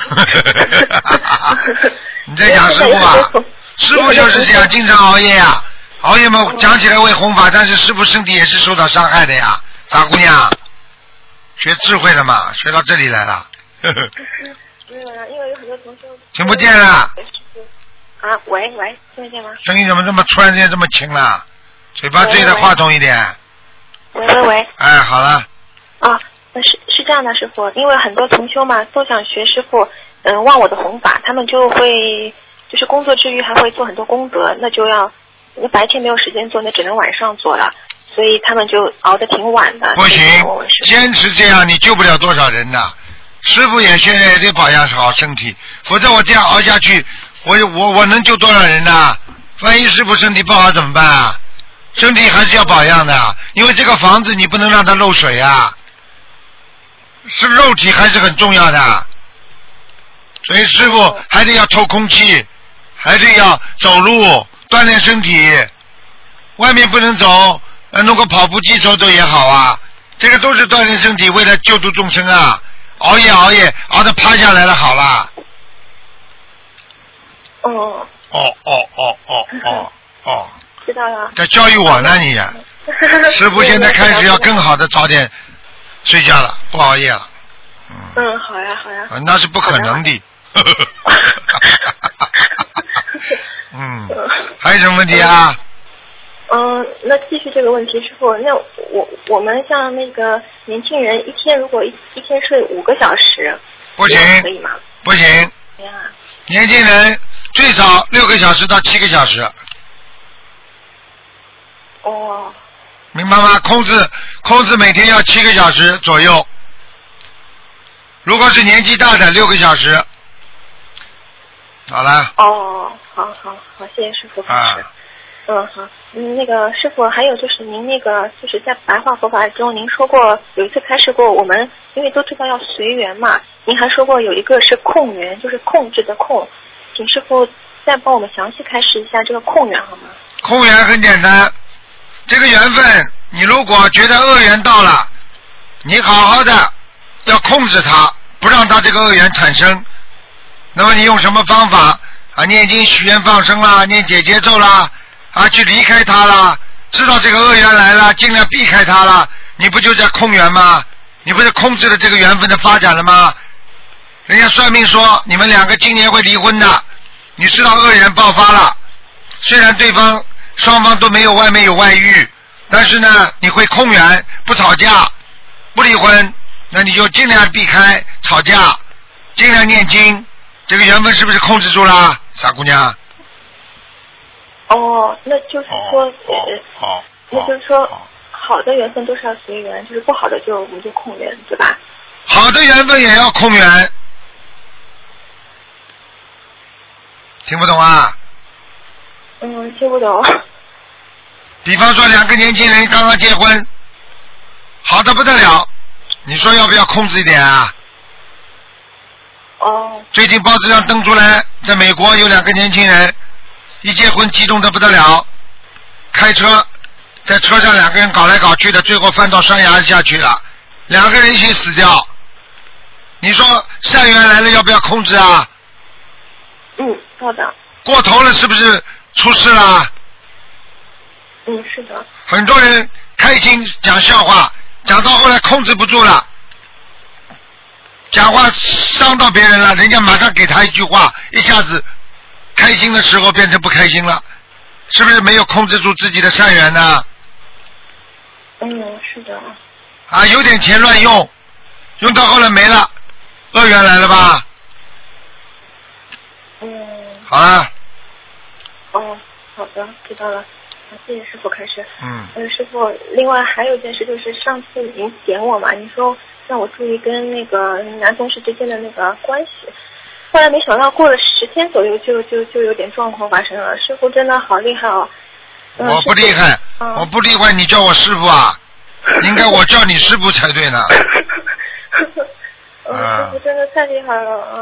你在讲师傅啊？师傅就是这样，经常熬夜呀、啊。熬夜嘛，讲起来为弘法，但是师傅身体也是受到伤害的呀。傻姑娘，学智慧了嘛，学到这里来了。 没有了，因为有很多同学听不见了。 啊，喂喂，听得见吗？ 声音怎么这么突然间这么轻了？嘴巴对着话筒一点。 喂喂喂。 哎，好了。 啊，是是这样的，师傅，因为很多同修嘛都想学师傅，嗯，忘我的弘法，他们就会就是工作之余还会做很多功德，那就要那白天没有时间做，那只能晚上做了，所以他们就熬得挺晚的。 不行，坚持这样你救不了多少人的。师傅也现在也得保养好身体，否则我这样熬下去，我我我能救多少人呢？万一师傅身体不好怎么办啊？身体还是要保养的，因为这个房子你不能让它漏水啊，是肉体还是很重要的，所以师傅还得要透空气，还得要走路锻炼身体，外面不能走，呃，弄个跑步机走走也好啊，这个都是锻炼身体，为了救度众生啊。熬夜熬夜熬得趴下来了，好了。 哦。 哦哦哦哦哦哦。 知道了。 在教育我呢你呀、啊。师傅现在开始要更好的早点睡觉了，不熬夜了。 嗯, 嗯好呀好呀。 那是不可能的。嗯，还有什么问题啊？ 嗯，那继续这个问题，师傅，那我我们像那个年轻人，一天如果一一天睡五个小时， 不行， 可以吗？ 不行。 呀。 年轻人最少六个小时到七个小时。 哦。 明白吗？控制控制每天要七个小时左右。如果是年纪大的，六个小时。好了。 哦，好好好，谢谢师傅开始。啊嗯好，嗯那个师傅，还有就是您那个就是在白话佛法中，您说过有一次开示过，我们因为都知道要随缘嘛，您还说过有一个是控缘，就是控制的控，请师傅再帮我们详细开示一下这个控缘好吗？ 控缘很简单，这个缘分，你如果觉得恶缘到了，你好好的要控制它，不让它这个恶缘产生。那么你用什么方法啊？念经许愿放生啦，念解结咒啦。啊，去离开他了，知道这个恶缘来了，尽量避开他了，你不就在控缘吗？你不是控制了这个缘分的发展了吗？人家算命说你们两个今年会离婚的，你知道恶缘爆发了，虽然对方双方都没有外面有外遇，但是呢，你会控缘，不吵架，不离婚，那你就尽量避开吵架，尽量念经，这个缘分是不是控制住了，傻姑娘？ 哦，那就是说， 哦哦哦、 那就是说，哦、好的缘分都是要随缘，就是不好的就我们就控缘，对吧？ 好的缘分也要控缘，听不懂啊？ 嗯，听不懂。 比方说，两个年轻人刚刚结婚，好的不得了，你说要不要控制一点啊？ 哦。 最近报纸上登出来，在美国有两个年轻人。一结婚激动得不得了，开车在车上两个人搞来搞去的，最后翻到山崖下去了，两个人一起死掉。你说善缘来了要不要控制啊？ 嗯，好的。 过头了是不是出事了？ 嗯，是的。 很多人开心讲笑话，讲到后来控制不住了，讲话伤到别人了，人家马上给他一句话，一下子开心的时候变成不开心了，是不是没有控制住自己的善缘呢？ 嗯，是的。 啊，有点钱乱用，用到后来没了，恶缘来了吧？ 嗯。 好了。 哦，好的，知道了。谢谢师傅开始。 嗯。 嗯，师傅，另外还有一件事，就是上次您点我嘛，您说让我注意跟那个男同事之间的那个关系。后来没想到过了十天左右就就就有点状况发生了，师傅真的好厉害哦！ 嗯、我不厉害，嗯、我不厉害，你叫我师傅啊？应该我叫你师傅才对呢。 嗯，师傅真的太厉害了，嗯。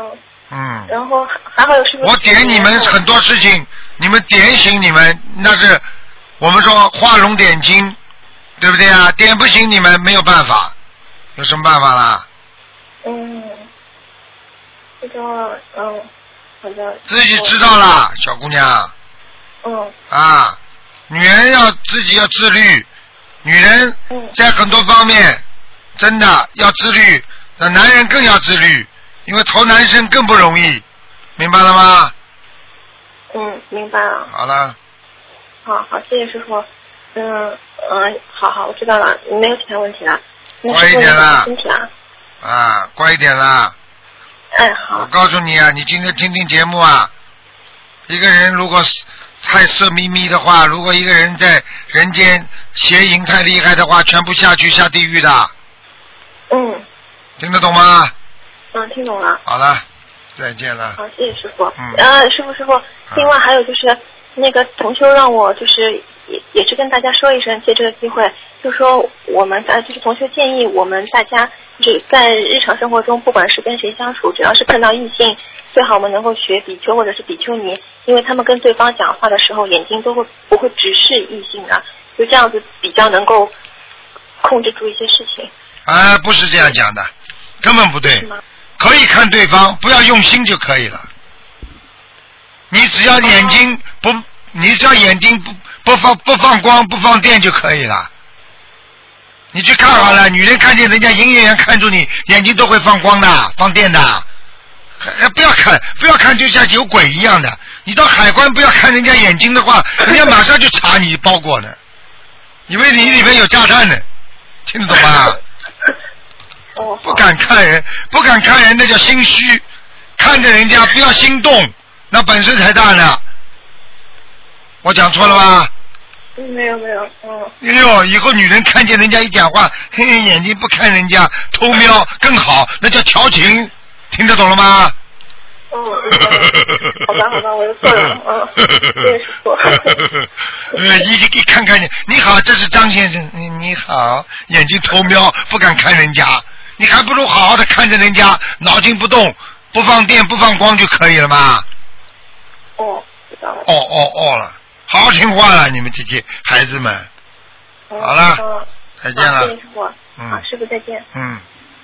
嗯。 然后还好有师傅。 我点你们很多事情，你们点醒你们，那是我们说画龙点睛，对不对啊？点不醒你们没有办法，有什么办法啦？ 嗯，这个嗯，好的。 自己知道啦，小姑娘。 嗯。 啊，女人要自己要自律，女人在很多方面真的要自律，那男人更要自律，因为投男生更不容易，明白了吗？ 嗯，明白了。 好了。 好好，谢谢师傅。嗯嗯，好好，我知道了，没有其他问题了。 乖一点啦。 身体啊。 啊，乖一点啦。 哎，好。 我告诉你啊，你今天听听节目啊，一个人如果太色眯眯的话，如果一个人在人间邪淫太厉害的话，全部下去下地狱的。 嗯。 听得懂吗？ 嗯，听懂了。 好了，再见了。 好，谢谢师傅。 嗯。 呃，师傅师傅，另外还有就是、嗯、那个同修让我就是也也是跟大家说一声，借这个机会，就说我们呃就是同修建议我们大家就是在日常生活中，不管是跟谁相处，只要是碰到异性，最好我们能够学比丘或者是比丘尼，因为他们跟对方讲话的时候，眼睛都会不会直视异性的，就这样子比较能够控制住一些事情。 啊，不是这样讲的，根本不对。可以看对方，不要用心就可以了。你只要眼睛不，你只要眼睛不不放不放光不放电就可以了。你去看好了，女人看见人家营业员看住你，眼睛都会放光的，放电的。不要看，不要看，就像有鬼一样的。你到海关不要看人家眼睛的话，人家马上就查你包裹呢，以为你里面有炸弹呢，听得懂吗？不敢看人，不敢看人，那叫心虚。看着人家不要心动，那本事才大呢。我讲错了吧？ 嗯，没有没有，嗯。 哎呦，以后女人看见人家一讲话，嘿嘿，眼睛不看人家，偷瞄更好，那叫调情，听得懂了吗？ 嗯，好吧好吧，我又错了，嗯，谢谢师傅。 呃，一一看看你，你好，这是张先生，你你好，眼睛偷瞄，不敢看人家。你还不如好好的看着人家，脑筋不动，不放电不放光就可以了嘛。 哦，知道了。 哦哦哦了，好好听话了，你们这些孩子们。 嗯、 好了、 嗯， 再见了。 谢谢师傅。 嗯。 好，师傅再见。 嗯。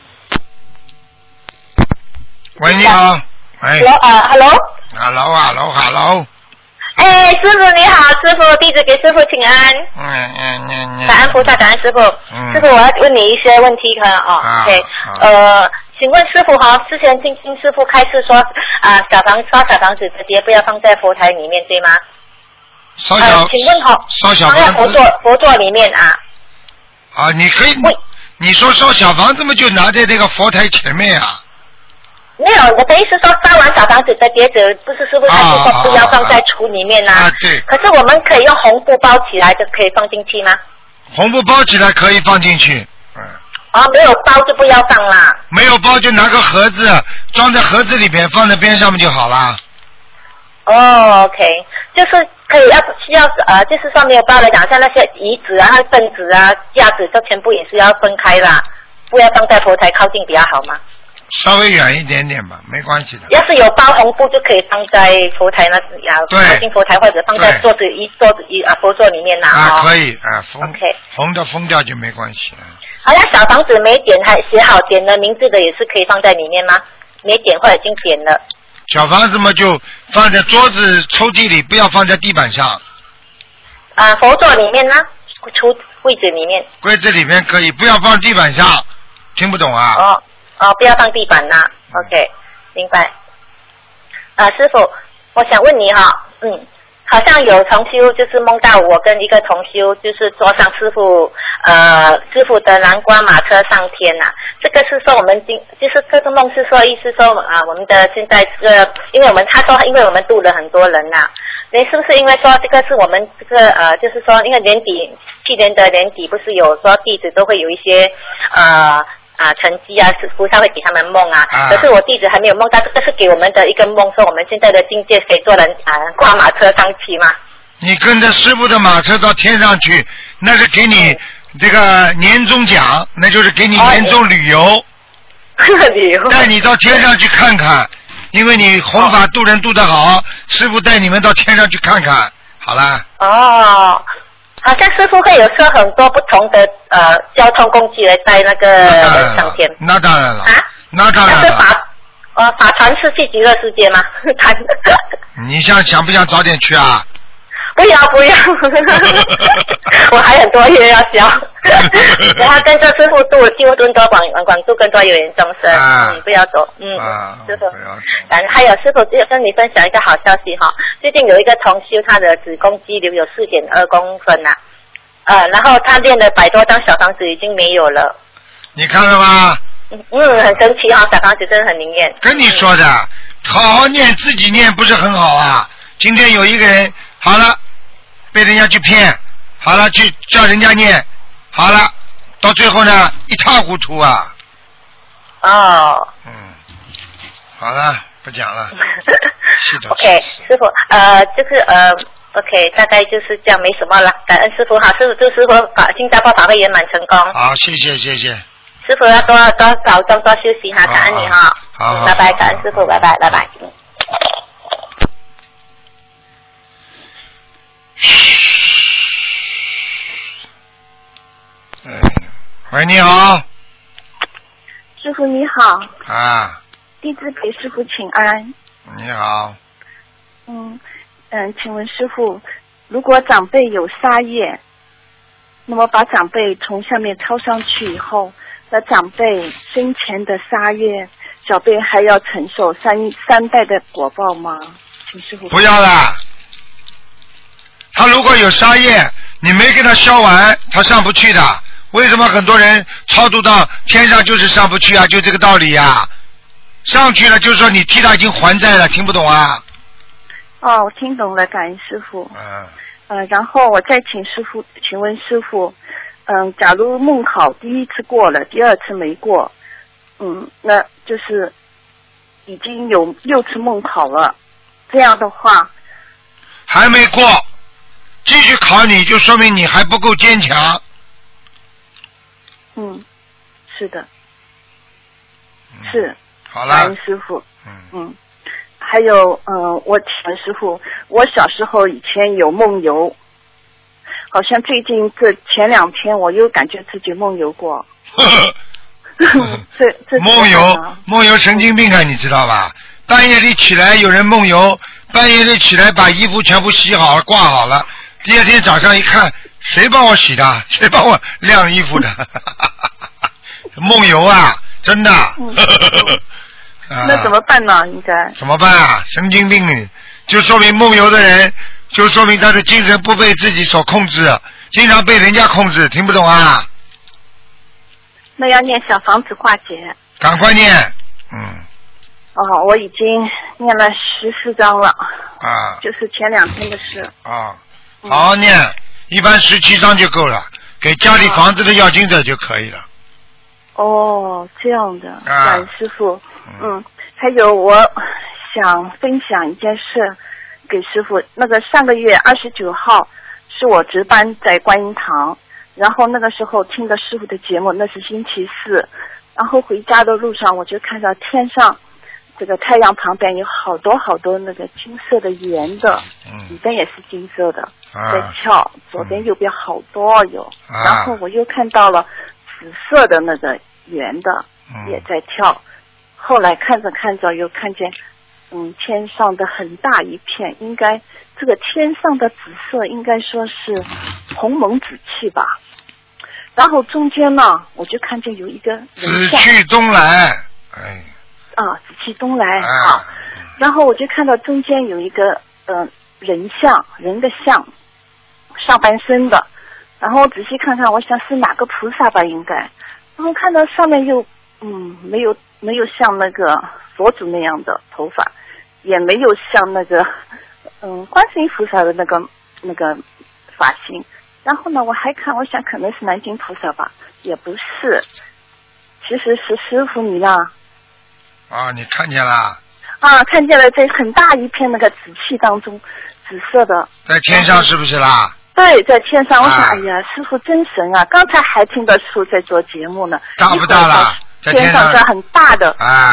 喂，你好。哎。 Hello 啊、uh, ，Hello。Hello，Hello，Hello。 哎，师傅你好，师傅弟子给师傅请安。 嗯嗯嗯嗯。 感恩菩萨，感恩师傅。 嗯。 师傅，我要问你一些问题，可能哦。 啊。 OK，呃，请问师傅哈，之前听听师傅开示说啊、呃，小房烧小房子直接不要放在佛台里面，对吗？ 烧小。 呃，请问哈， 烧小房子。 放在佛座佛座里面啊。 啊，你可以。你说烧小房子嘛，就拿在这个佛台前面啊。 没有，我的意思说烧完小房子的碟子，不是师傅他就说不要放在橱里面呐、啊？ 啊，对。 可是我们可以用红布包起来，就可以放进去吗？ 红布包起来可以放进去，嗯。 啊，没有包就不要放啦。 没有包就拿个盒子装在盒子里边，放在边上面就好啦。 哦 ，OK， 就是可以要需要呃，就是说没有包的讲，像那些椅子啊、凳子啊、架子，都全部也是要分开啦，不要放在佛台靠近比较好吗？ 稍微远一点点吧，没关系的。 要是有包红布，就可以放在佛台那啊，靠近佛台或者放在桌子一桌子一啊佛座里面拿啊， 哦、 可以啊，封 OK， 红的封掉就没关系了。 好了，小房子没点还写好点了名字的也是可以放在里面吗？没点或者已经点了。 小房子嘛，就放在桌子抽屉里，不要放在地板上。 啊，佛座里面呢？橱柜子里面。 柜子里面可以，不要放地板上。听不懂啊？ 哦。哦，不要放地板呐、嗯、，OK， 明白。啊，师傅，我想问你哈，嗯，好像有同修就是梦到我跟一个同修就是坐上师傅呃师傅的南瓜马车上天呐、啊，这个是说我们今就是这个梦是说意思说啊我们的现在这个，因为我们他说因为我们度了很多人呐、啊，你是不是因为说这个是我们这个呃就是说因为年底去年的年底不是有说弟子都会有一些呃。啊，成绩啊，是菩萨会给他们梦啊。啊可是我弟子还没有梦到，这个是给我们的一个梦，说我们现在的境界可以做人啊，挂马车上去吗？ 你跟着师傅的马车到天上去，那是给你这个年终奖，那就是给你年终旅游。 旅游。 带你到天上去看看， 因为你弘法度人度得好，师傅带你们到天上去看看。好啦。 哦，好像师傅会有设很多不同的呃交通工具来带那个人上天。 那当然了。 啊？ 那当然了。 那是法呃法船是去极乐世界吗？ 你想想不想早点去啊？ 不要不要，我还很多业要消，然后跟着师傅度救更多广广度更多有缘众生，啊、嗯，不要走，嗯， 啊、 师傅，然还有师傅只有跟你分享一个好消息哈，最近有一个同修他的子宫肌瘤有四点二公分呐、啊，呃，然后他练了百多张小房子已经没有了， 你看了吗？ 嗯嗯，很神奇哈、哦，小房子真的很灵验。 跟你说的，好好念，自己念不是很好啊。今天有一个人好了。被人家去骗，好了，去叫人家念，好了，到最后呢，一塌糊涂啊。 哦。 嗯，好了，不讲了。 OK， 师傅，呃，就是呃 ，OK， 大概就是这样，没什么了。感恩师傅，好，师傅祝师傅法新加坡法会圆满成功。 好，谢谢谢谢。 师傅要多多保重，多休息哈，感恩你哈。 好， 拜拜，感恩师傅，拜拜，拜拜。 喂，你好。 师傅你好。 啊。 弟子给师傅请安。 你好。 嗯嗯，请问师傅，如果长辈有杀业，那么把长辈从下面抄上去以后，那长辈生前的杀业，小辈还要承受三三代的果报吗？请师傅。 不要啦。他如果有杀业，你没给他消完，他上不去的。为什么很多人超度到天上就是上不去啊？就这个道理呀、啊。上去了就是说你替他已经还债了，听不懂啊？ 哦，我听懂了，感恩师傅。 嗯。 呃，然后我再请师傅，请问师傅，嗯、呃，假如梦考第一次过了，第二次没过，嗯，那就是已经有六次梦考了，这样的话还没过。继续考你就说明你还不够坚强。 嗯，是的，嗯、是。 好了。 感恩师傅。嗯嗯，还有嗯、呃，我请问师傅，我小时候以前有梦游，好像最近这前两天我又感觉自己梦游过。这这梦游梦游神经病啊，你知道吧？半夜里起来有人梦游，半夜里起来把衣服全部洗好了挂好了。第二天早上一看，谁帮我洗的？谁帮我晾衣服的？梦游啊，真的。 嗯、那怎么办呢？应该怎么办啊？神经病，就说明梦游的人，就说明他的精神不被自己所控制，经常被人家控制，听不懂啊？ 那要念小房子化解。 赶快念，嗯。 哦，我已经念了十四章了。 啊。 就是前两天的事。 啊。好好念，嗯、一般十七章就够了，给家里房子的要经者就可以了。 哦，这样的， 啊、 感恩师傅。嗯，还有我想分享一件事给师傅。那个上个月二十九号是我值班在观音堂，然后那个时候听的师傅的节目，那是星期四，然后回家的路上我就看到天上这个太阳旁边有好多好多那个金色的圆的，里边也是金色的， 啊、 在跳，左边右边好多有， 啊、 然后我又看到了紫色的那个圆的、嗯、也在跳，后来看着看着又看见嗯天上的很大一片，应该这个天上的紫色应该说是鸿蒙紫气吧，然后中间呢我就看见有一个人像紫气东来，哎啊，紫气东来啊，然后我就看到中间有一个呃人像，人的像，上半身的，然后我仔细看看，我想是哪个菩萨吧应该，然后看到上面又嗯没有没有像那个佛祖那样的头发，也没有像那个嗯观世音菩萨的那个那个发型，然后呢我还看，我想可能是南京菩萨吧，也不是，其实是师父你啦。 啊，你看见了？ 啊，看见了，在很大一片那个紫气当中，紫色的。 在天上是不是啦？ 对，在天上。我想，啊、哎呀，师傅真神啊！刚才还听到师傅在做节目呢。 大不大了？ 天上是很大的。 啊，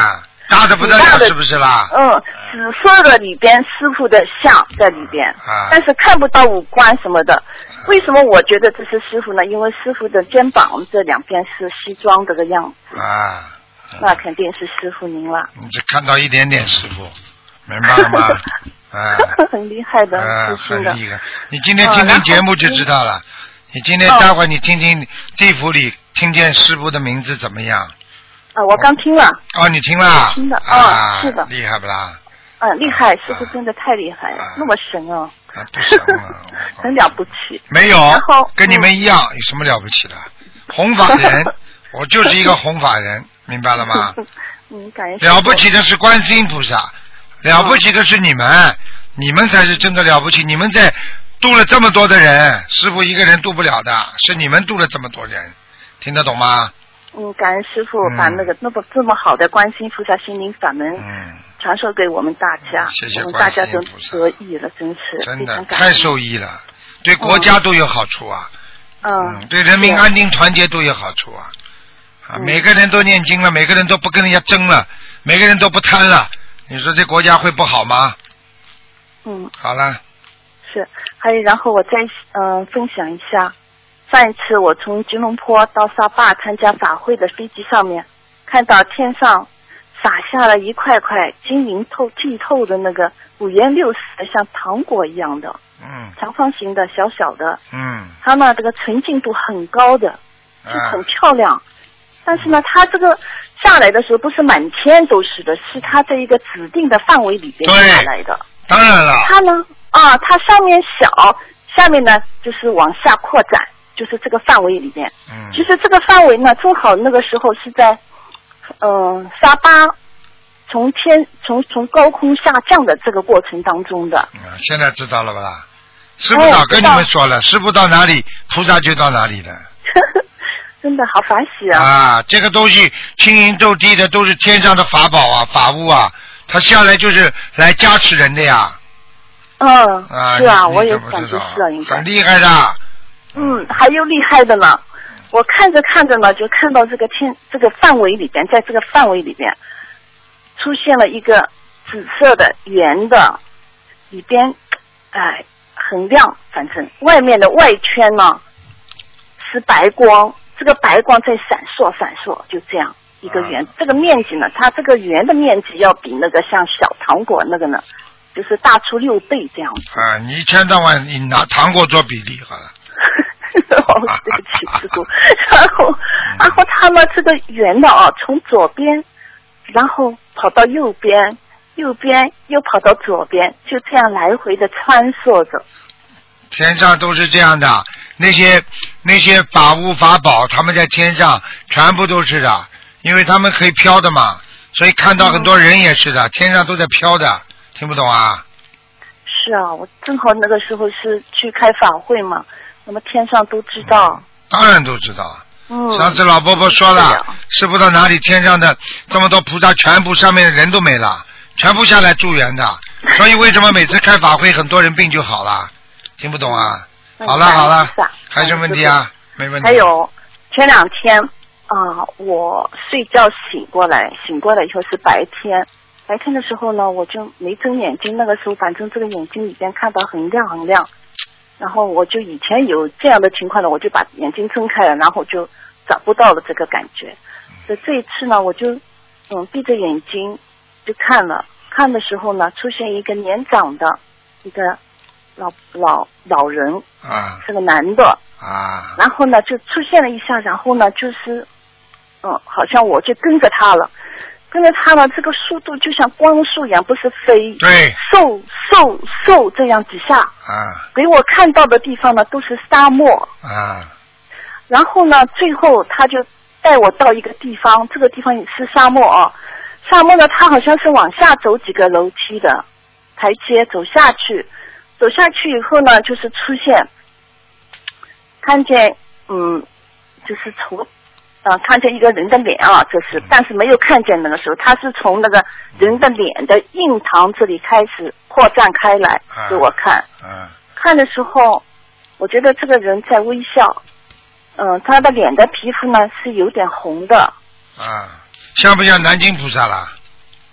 大的不得了，是不是啦？ 嗯，紫色的里边师傅的像在里边， 啊、 但是看不到五官什么的。为什么我觉得这是师傅呢？因为师傅的肩膀这两边是西装这个样子。 啊。 那肯定是师傅您了。 你只看到一点点师傅，明白了吗？啊， 很厉害的， 啊， 很厉害。你今天听听节目就知道了。哦、你今天待会儿你听听地府里听见师傅的名字怎么样？ 啊，我刚听了。 哦，你听了？ 听的， 啊， 是的。 厉害不啦？ 嗯，厉害，师傅真的太厉害了，那么神哦。 啊，不神啊， 很了不起。 没有，跟你们一样，有什么了不起的？弘法人，我就是一个弘法人。明白了吗？ 嗯，感谢。 了不起的是观世音菩萨，了不起的是你们，嗯、你们才是真的了不起。你们在度了这么多的人，师父一个人度不了的，是你们度了这么多人，听得懂吗？ 嗯，感恩师父把那个、嗯、那么这么好的观世音菩萨心灵法门，嗯，传授给我们大家， 谢谢我们大家都得益了，真是真的太受益了，对国家都有好处啊， 嗯， 嗯对人民安定团结都有好处啊。啊，每个人都念经了，每个人都不跟人家争了，每个人都不贪了，你说这国家会不好吗？ 嗯， 好了。 是，还有然后我再嗯、呃、分享一下，上一次我从吉隆坡到沙巴参加法会的飞机上面，看到天上洒下了一块块晶莹透剔透的那个五颜六色的像糖果一样的， 嗯， 长方形的小小的， 嗯， 它呢这个纯净度很高的，就很漂亮。啊但是呢，它这个下来的时候不是满天都是的，是它在一个指定的范围里边下来的。 当然了。 它呢，啊，它上面小，下面呢就是往下扩展，就是这个范围里边。嗯。其实这个范围呢，正好那个时候是在，嗯、呃，沙巴从天从从高空下降的这个过程当中的。 嗯，现在知道了吧啦？师父早跟你们说了，哎、师父到哪里，菩萨就到哪里了。 真的好法喜啊！ 啊，这个东西青云斗地的都是天上的法宝啊，法物啊，它下来就是来加持人的呀。 嗯， 啊是啊，我也感觉是啊，应该很厉害的。 嗯，还有厉害的呢。我看着看着呢，就看到这个天这个范围里边，在这个范围里边出现了一个紫色的圆的，里边哎很亮，反正外面的外圈呢是白光。这个白光在闪烁闪烁，就这样一个圆。啊、这个面积呢，它这个圆的面积要比那个像小糖果那个呢，就是大出六倍这样子。 啊，你一天到晚你拿糖果做比例好了。 哦，对不起，师傅。然后，然后它呢，这个圆的啊，从左边，然后跑到右边，右边又跑到左边，就这样来回的穿梭着。 天上都是这样的。那些那些法物法宝，他们在天上全部都是的，因为他们可以飘的嘛，所以看到很多人也是的，嗯、天上都在飘的，听不懂啊？ 是啊，我正好那个时候是去开法会嘛，那么天上都知道。 嗯、当然都知道。 嗯。 上次老伯伯说了，师父到哪里，天上的这么多菩萨，全部上面的人都没了，全部下来助缘的，所以为什么每次开法会，很多人病就好了？听不懂啊？好了好了，还有什么问题啊？没问题。 还有前两天啊、呃，我睡觉醒过来，醒过来以后是白天，白天的时候呢，我就没睁眼睛，那个时候反正这个眼睛里边看到很亮很亮，然后我就以前有这样的情况呢，我就把眼睛睁开了，然后就找不到了这个感觉。所以这一次呢，我就嗯闭着眼睛就看了，看的时候呢，出现一个年长的一个。老老老人啊， 是个男的啊， 然后呢就出现了一下，然后呢就是嗯，好像我就跟着他了，跟着他了，这个速度就像光速一样，不是飞， 对， 嗖嗖嗖这样几下啊， 给我看到的地方呢都是沙漠啊， 然后呢最后他就带我到一个地方，这个地方也是沙漠啊，沙漠呢他好像是往下走几个楼梯的台阶走下去。走下去以后呢，就是出现，看见，嗯，就是从，呃，看见一个人的脸啊，这是，但是没有看见那个时候，他是从那个人的脸的印堂这里开始扩展开来给我看。 嗯。 看的时候，我觉得这个人在微笑，嗯、呃，他的脸的皮肤呢是有点红的。 啊，像不像南京菩萨啦？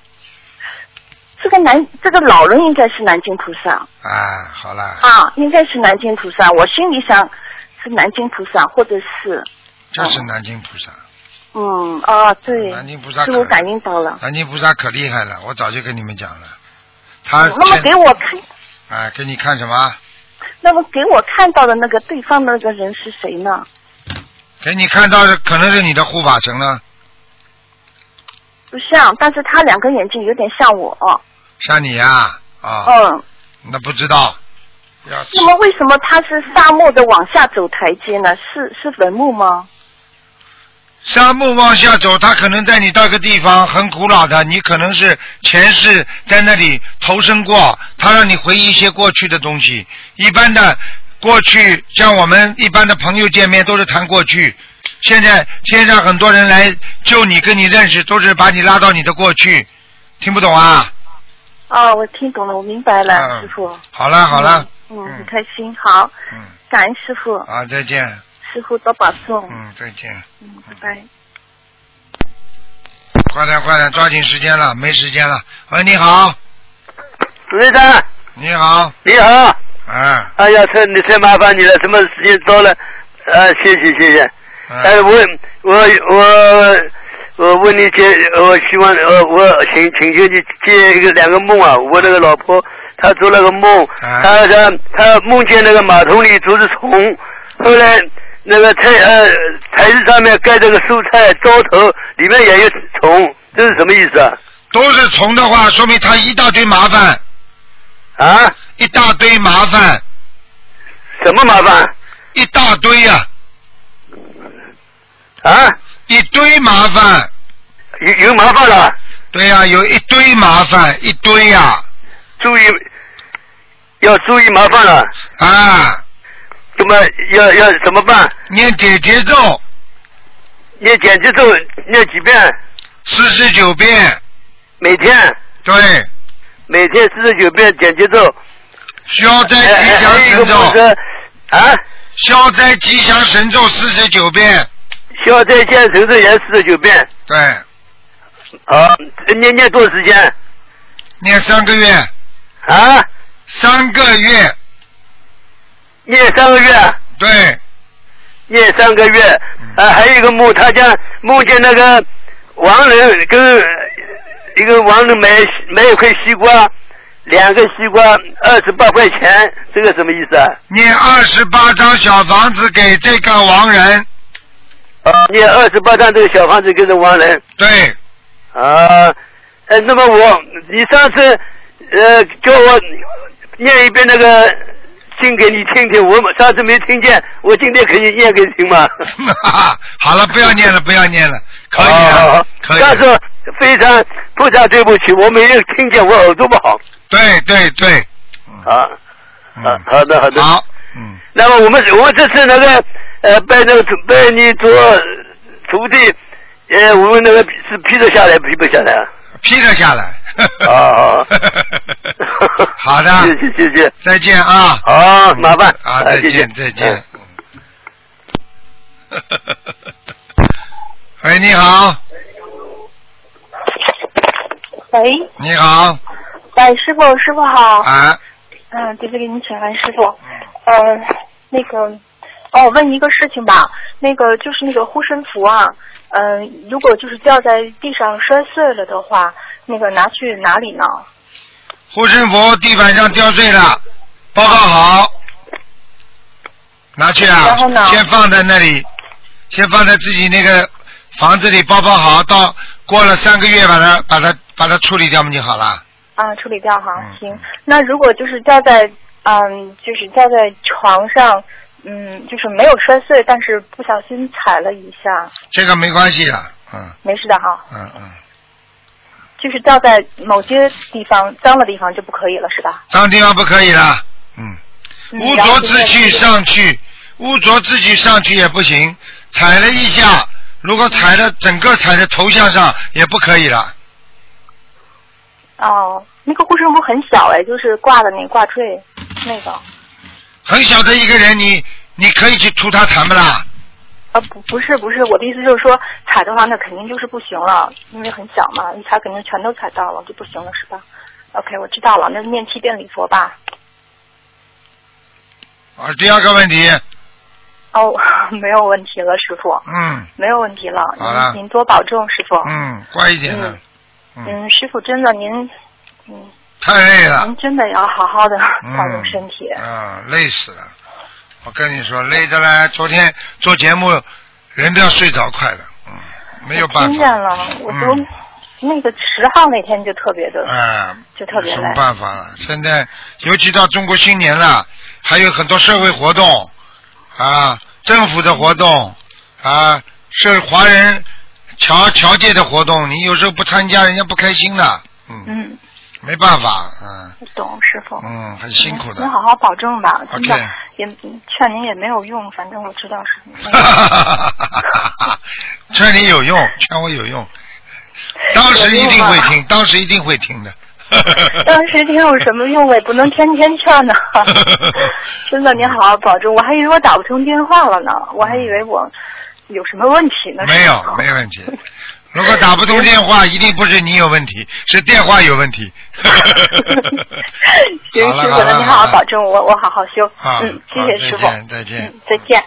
这个南这个老人应该是南京菩萨。 啊，好了。 啊，应该是南京菩萨。我心里想是南京菩萨，或者是。 就是南京菩萨。 嗯啊，对。 南京菩萨。 是我感应到了。 南京菩萨可厉害了，我早就跟你们讲了。他。 那么给我看。 啊，给你看什么？ 那么给我看到的那个对方的那个人是谁呢？ 给你看到的可能是你的护法神了。 不像，但是他两个眼睛有点像我。 像你呀？啊。 嗯。 那不知道。 那么为什么他是沙漠的往下走台阶呢？是是坟墓吗？ 沙漠往下走，他可能带你到一个地方很古老的，你可能是前世在那里投生过，他让你回忆一些过去的东西。一般的过去，像我们一般的朋友见面都是谈过去，现在现在很多人来救你跟你认识，都是把你拉到你的过去，听不懂啊？ 哦，我听懂了，我明白了，嗯、师傅。 好了好了。 嗯，很开心，好。嗯。感恩师傅。 啊，再见。 师傅多保重。 嗯，再见。 嗯，拜拜。 快点快点，抓紧时间了，没时间了。喂，你好。 卢先生。 你好。 你好。 嗯。 哎呀，太你太麻烦你了，什么时间到了？呃，谢谢谢谢。 嗯、 哎，我我我我问你借，我希望呃我请请求你借一个两个梦啊，我那个老婆她做了个梦， 嗯、 她她她梦见那个马桶里都是虫，后来。那个菜呃台子上面盖这个蔬菜糟头，里面也有虫，这是什么意思啊？ 都是虫的话，说明他一大堆麻烦。 啊？ 一大堆麻烦。 什么麻烦？ 一大堆呀、 啊。啊？ 一堆麻烦。 有有麻烦了？ 对呀、啊，有一堆麻烦，一堆呀、啊。 注意，要注意麻烦了。 啊。 怎么要要怎么办？ 念解结咒， 念解结咒念几遍？ 四十九遍， 每天。 对， 每天四十九遍解结咒。 消灾吉祥神咒。 啊？ 消灾吉祥神咒四十九遍。 消灾吉祥神咒也四十九遍。 对。 好，念念多少时间？ 念三个月。 啊？ 三个月。 念三个月， 对， 念三个月，啊，还有一个梦，他家梦见那个亡人跟一个亡人买买一块西瓜，两个西瓜二十八块钱，这个什么意思啊？ 念二十八张小房子给这个亡人。 啊，念二十八张这个小房子给这亡人。 对。 啊，呃，那么我你上次呃叫我念一遍那个。经给你听听，我上次没听见，我今天可以念给你听吗？ 好了，不要念了，不要念了，可以了，可以。 但是非常非常对不起，我没有听见，我耳朵不好。 对对对。 啊，嗯、啊，好的好的。 好，嗯。 那么我们我们这次那个呃拜那个拜你做徒弟，呃，我们那个是批得下来，批不下来啊？ 批得下来。 啊， 好的， 谢谢谢谢， 再见啊！ 好，麻烦啊，再见再见。喂，你好。 喂。 你好。 喂，师傅，师傅好。 啊。 嗯，弟子给您请安，师傅。嗯、呃，那个，哦，我问一个事情吧，那个就是那个护身符啊。嗯、呃，如果就是掉在地上摔碎了的话，那个拿去哪里呢？ 护身符地板上掉碎了，包包好，拿去啊。 然后呢？ 先放在那里，先放在自己那个房子里包包好，到过了三个月把它把它把它处理掉嘛就好了。 啊，处理掉哈， 嗯、 行。那如果就是掉在嗯，就是掉在床上。嗯，就是没有摔碎，但是不小心踩了一下。这个没关系的，嗯。 没事的哈。 嗯嗯。 就是掉在某些地方脏的地方就不可以了，是吧？ 脏地方不可以了，嗯。 嗯污浊之气上去，污浊之气上去也不行，踩了一下，如果踩的整个踩在头像上也不可以了。 哦，那个护身符很小哎，就是挂的那个挂坠那个。 很小的一个人，你你可以去吐他痰不啦？ 啊不不是不是，我的意思就是说踩的话，那肯定就是不行了，因为很小嘛，一踩肯定全都踩到了，就不行了，是吧？ OK， 我知道了，那念七遍礼佛吧。 啊，第二个问题。 哦，没有问题了，师傅。 嗯。 没有问题了。 好了。 您多保重，师傅。 嗯，乖一点了。 嗯，嗯师傅，真的您，嗯。 太累了。 您真的要好好的保重身体。 嗯，啊，累死了。我跟你说，累的嘞。昨天做节目，人都要睡着快了。嗯，没有办法。 听见了，我都、嗯、那个十号那天就特别的， 哎、嗯， 就特别累。 没办法了，现在尤其到中国新年了，还有很多社会活动啊，政府的活动啊，是华人侨侨界的活动，你有时候不参加，人家不开心的。嗯。嗯。没办法，嗯。 懂，师傅。 嗯，很辛苦的。 您好好保重吧，真的 okay. 也劝您也没有用，反正我知道是。 劝你有用，劝我有用，当时一定会听，当时一定会听的。 当时听有什么用？我也不能天天劝呢。真的，您好好保重。我还以为我打不通电话了呢，我还以为我有什么问题呢。 没有，没问题。如果打不通电话，一定不是你有问题，是电话有问题。 行，师傅，那你好好保重，我我好好修。 啊、 嗯，谢谢师傅， 再见，再见、 嗯，再见。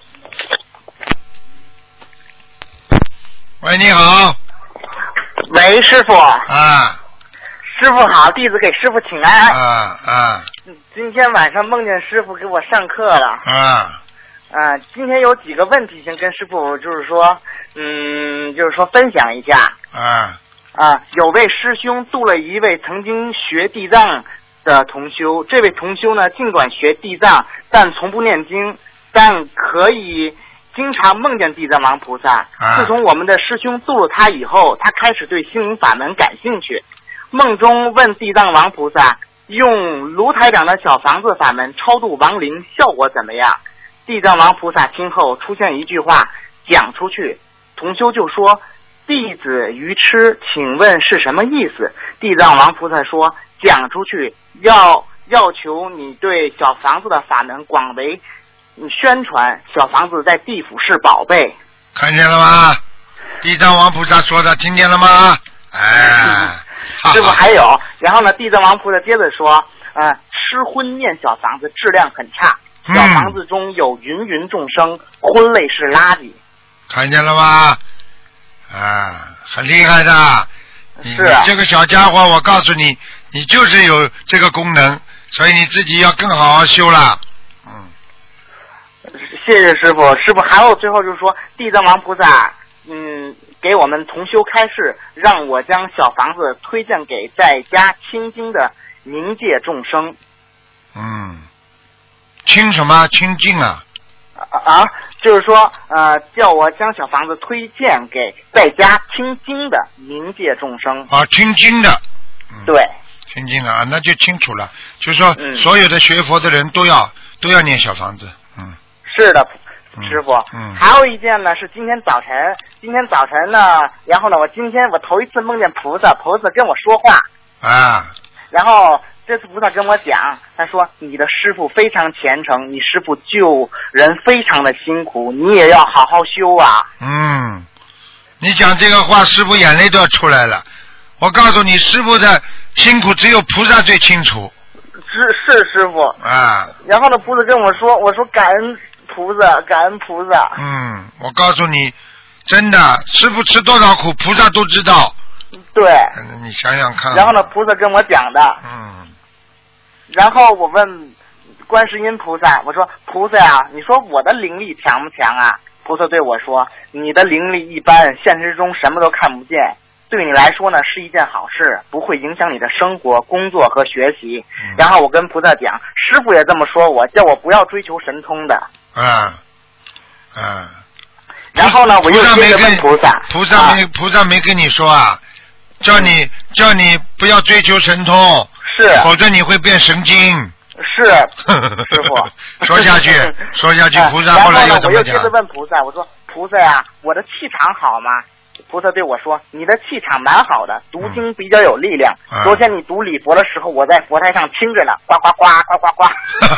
喂，你好。 喂，师傅。 啊。 师傅好，弟子给师傅请安。 啊啊。 今天晚上梦见师傅给我上课了。 啊。 啊，今天有几个问题想跟师傅，就是说，嗯，就是说分享一下。 啊。 啊，有位师兄度了一位曾经学地藏的同修，这位同修呢，尽管学地藏，但从不念经，但可以经常梦见地藏王菩萨。 啊。 自从我们的师兄度了他以后，他开始对心灵法门感兴趣，梦中问地藏王菩萨，用卢台长的小房子法门超度亡灵，效果怎么样？地藏王菩萨听后出现一句话，讲出去，同修就说，弟子愚痴，请问是什么意思？地藏王菩萨说，讲出去要要求你对小房子的法门广为宣传，小房子在地府是宝贝。 看见了吗？地藏王菩萨说的，听见了吗？哎， 师傅还有，然后呢，地藏王菩萨接着说，呃，吃荤念小房子质量很差。小房子中有芸芸众生，荤类是垃圾。 看见了吗？啊，很厉害的。你是、啊、 你这个小家伙，我告诉你，你就是有这个功能，所以你自己要更好好修了。嗯。 谢谢师傅，师傅还有最后就是说，地藏王菩萨，嗯，给我们同修开示，让我将小房子推荐给在家清经的冥界众生。 嗯。清什么？清净啊！ 啊，就是说，呃，叫我将小房子推荐给在家听经的冥界众生。 啊，听经的。嗯、 对。 听经的啊，那就清楚了。就是说，嗯、所有的学佛的人都要都要念小房子。嗯。 是的，师傅。嗯。还有一件呢，是今天早晨，今天早晨呢，然后呢，我今天我头一次梦见菩萨，菩萨跟我说话。 啊。 然后。这次菩萨跟我讲，他说你的师父非常虔诚，你师父救人非常的辛苦，你也要好好修啊。 嗯，你讲这个话，师父眼泪都要出来了。我告诉你，师父的辛苦只有菩萨最清楚。 是是师父啊。 然后呢，菩萨跟我说，我说感恩菩萨，感恩菩萨。 嗯，我告诉你，真的，师父吃多少苦，菩萨都知道。 对。 你想想看。 然后呢，菩萨跟我讲的。 嗯。 然后我问观世音菩萨，我说菩萨啊，你说我的灵力强不强啊？菩萨对我说，你的灵力一般，现实中什么都看不见，对你来说呢是一件好事，不会影响你的生活、工作和学习。嗯、然后我跟菩萨讲，师父也这么说我，叫我不要追求神通的。 嗯嗯。 然后呢，我又接着问菩萨， 菩萨没、啊、菩萨没跟你说啊，叫你、嗯、叫你不要追求神通。 是， 否则你会变神经。 是，师傅。 说下去，说下去，菩萨后来又怎么讲？ 然后呢，我又接着问菩萨，我说菩萨呀、啊，我的气场好吗？菩萨对我说，你的气场蛮好的，读经比较有力量。嗯、昨天你读礼佛的时候，我在佛台上听着呢，呱呱呱呱呱呱。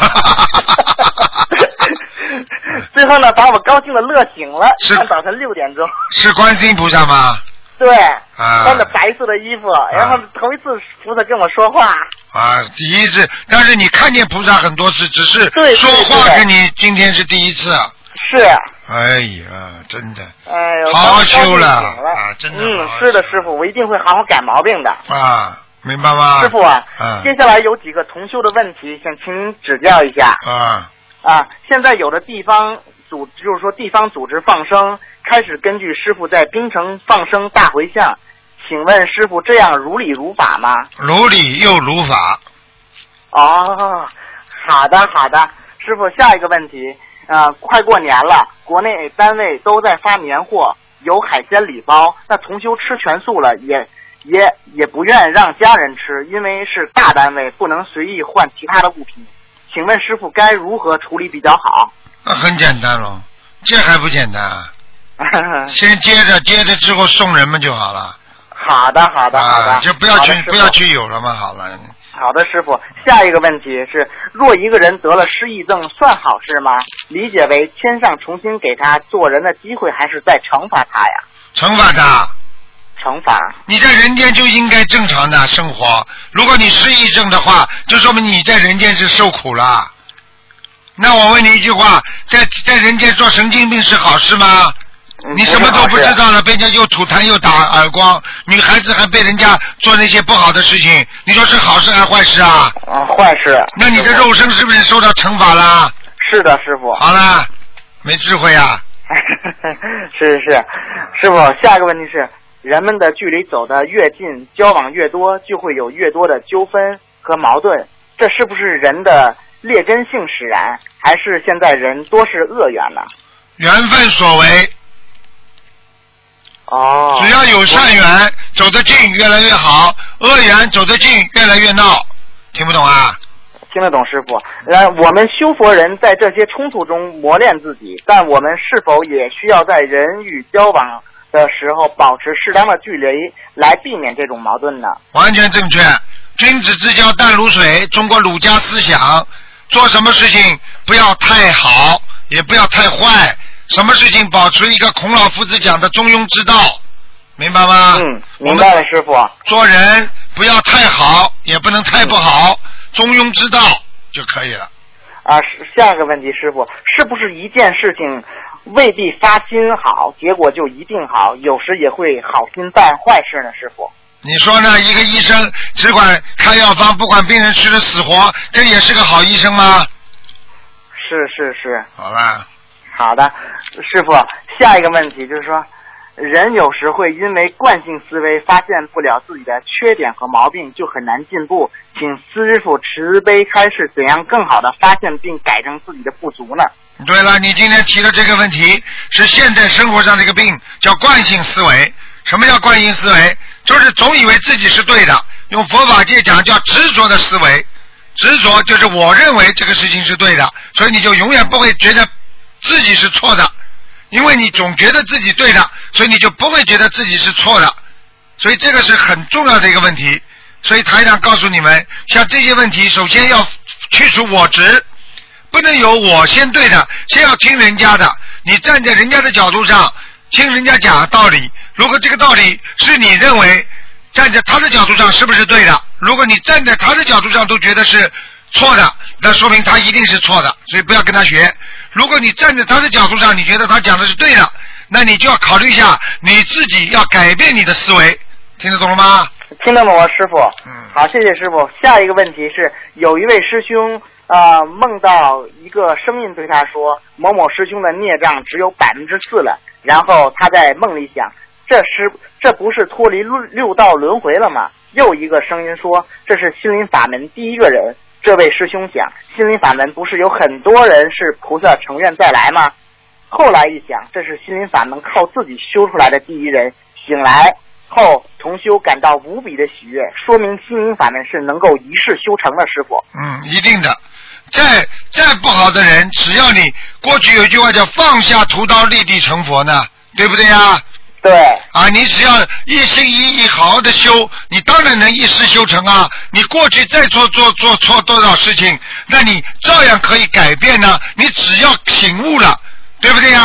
最后呢，把我高兴的乐醒了。 是早晨六点钟。 是观世音菩萨吗？ 对。 啊， 穿着白色的衣服，然后头一次菩萨跟我说话。 啊，第一次，但是你看见菩萨很多次，只是说话跟你今天是第一次。 是。 哎呀，真的。 哎呦， 好好修了啊， 真的。 嗯，是的，师傅，我一定会好好改毛病的。 啊，明白吗？ 师傅啊， 啊接下来有几个同修的问题，想请您指教一下。 啊。 啊，现在有的地方组，就是说地方组织放生，开始根据师傅在槟城放生大回向，请问师傅这样如理如法吗？ 如理又如法。 哦，好的好的，师傅，下一个问题，呃，快过年了，国内单位都在发年货，有海鲜礼包，那同修吃全素了，也也也不愿让家人吃，因为是大单位，不能随意换其他的物品。请问师傅该如何处理比较好？ 那很简单喽，这还不简单啊？先接着，接着之后送人们就好了。 好的，好的，好的， 啊、就不要去不要去有了嘛，好了。 好的，师傅。下一个问题是：若一个人得了失忆症，算好事吗？理解为天上重新给他做人的机会，还是在惩罚他呀？ 惩罚他。 惩罚。 你在人间就应该正常的生活。如果你失忆症的话，就说明你在人间是受苦了。那我问你一句话，在在人间做神经病是好事吗？ 嗯、 你什么都不知道了，被人家又吐痰又打耳光，女孩子还被人家做那些不好的事情，你说是好事还是坏事啊？ 啊，坏事。 那你的肉身是不是受到惩罚啦？ 是的，师傅。 好了，没智慧啊。 是是是，师傅，下一个问题是。人们的距离走得越近，交往越多，就会有越多的纠纷和矛盾。这是不是人的劣根性使然，还是现在人多是恶缘呢？ 缘分所为。 哦。 只要有善缘，走得近越来越好；恶缘走得近越来越闹。听不懂啊？ 听得懂，师傅。呃，我们修佛人在这些冲突中磨练自己，但我们是否也需要在人与交往的时候保持适当的距离，来避免这种矛盾呢？ 完全正确。君子之交淡如水，中国儒家思想，做什么事情不要太好，也不要太坏，什么事情保持一个孔老夫子讲的中庸之道，明白吗？ 嗯，明白了，师傅。 做人不要太好，也不能太不好，嗯、中庸之道就可以了。 啊，下一个问题，师傅，是不是一件事情未必发心好，结果就一定好，有时也会好心办坏事呢？师傅， 你说呢？一个医生只管开药方，不管病人吃的死活，这也是个好医生吗？ 是是是。 好啦。 好的，师傅，下一个问题就是说，人有时会因为惯性思维发现不了自己的缺点和毛病，就很难进步。请师傅慈悲开示，怎样更好的发现并改正自己的不足呢？ 对了，你今天提的这个问题是现在生活上的一个病，叫惯性思维。什么叫惯性思维？就是总以为自己是对的，用佛法界讲叫执着的思维。执着就是我认为这个事情是对的，所以你就永远不会觉得自己是错的，因为你总觉得自己对的，所以你就不会觉得自己是错的。所以这个是很重要的一个问题。所以台长告诉你们，像这些问题首先要去除我执，不能有我先对的，先要听人家的，你站在人家的角度上听人家讲道理，如果这个道理是你认为站在他的角度上是不是对的，如果你站在他的角度上都觉得是错的，那说明他一定是错的，所以不要跟他学。如果你站在他的角度上你觉得他讲的是对的，那你就要考虑一下你自己要改变你的思维。听得懂了吗？ 听得懂了，师傅。嗯，好，谢谢师傅。下一个问题是，有一位师兄呃梦到一个声音对他说，某某师兄的孽障只有百分之四了，然后他在梦里想，这是这不是脱离六道轮回了吗？又一个声音说，这是心灵法门第一个人。这位师兄想，心灵法门不是有很多人是菩萨成愿再来吗？后来一想，这是心灵法门靠自己修出来的第一人。醒来后，同修感到无比的喜悦，说明心灵法门是能够一世修成的。师傅， 嗯，一定的。再再不好的人，只要你过去有一句话叫放下屠刀立地成佛呢，对不对呀？ 对。 啊，你只要一心一意好好的修，你当然能一世修成啊。你过去再做做做错多少事情，那你照样可以改变呢。你只要醒悟了，对不对呀？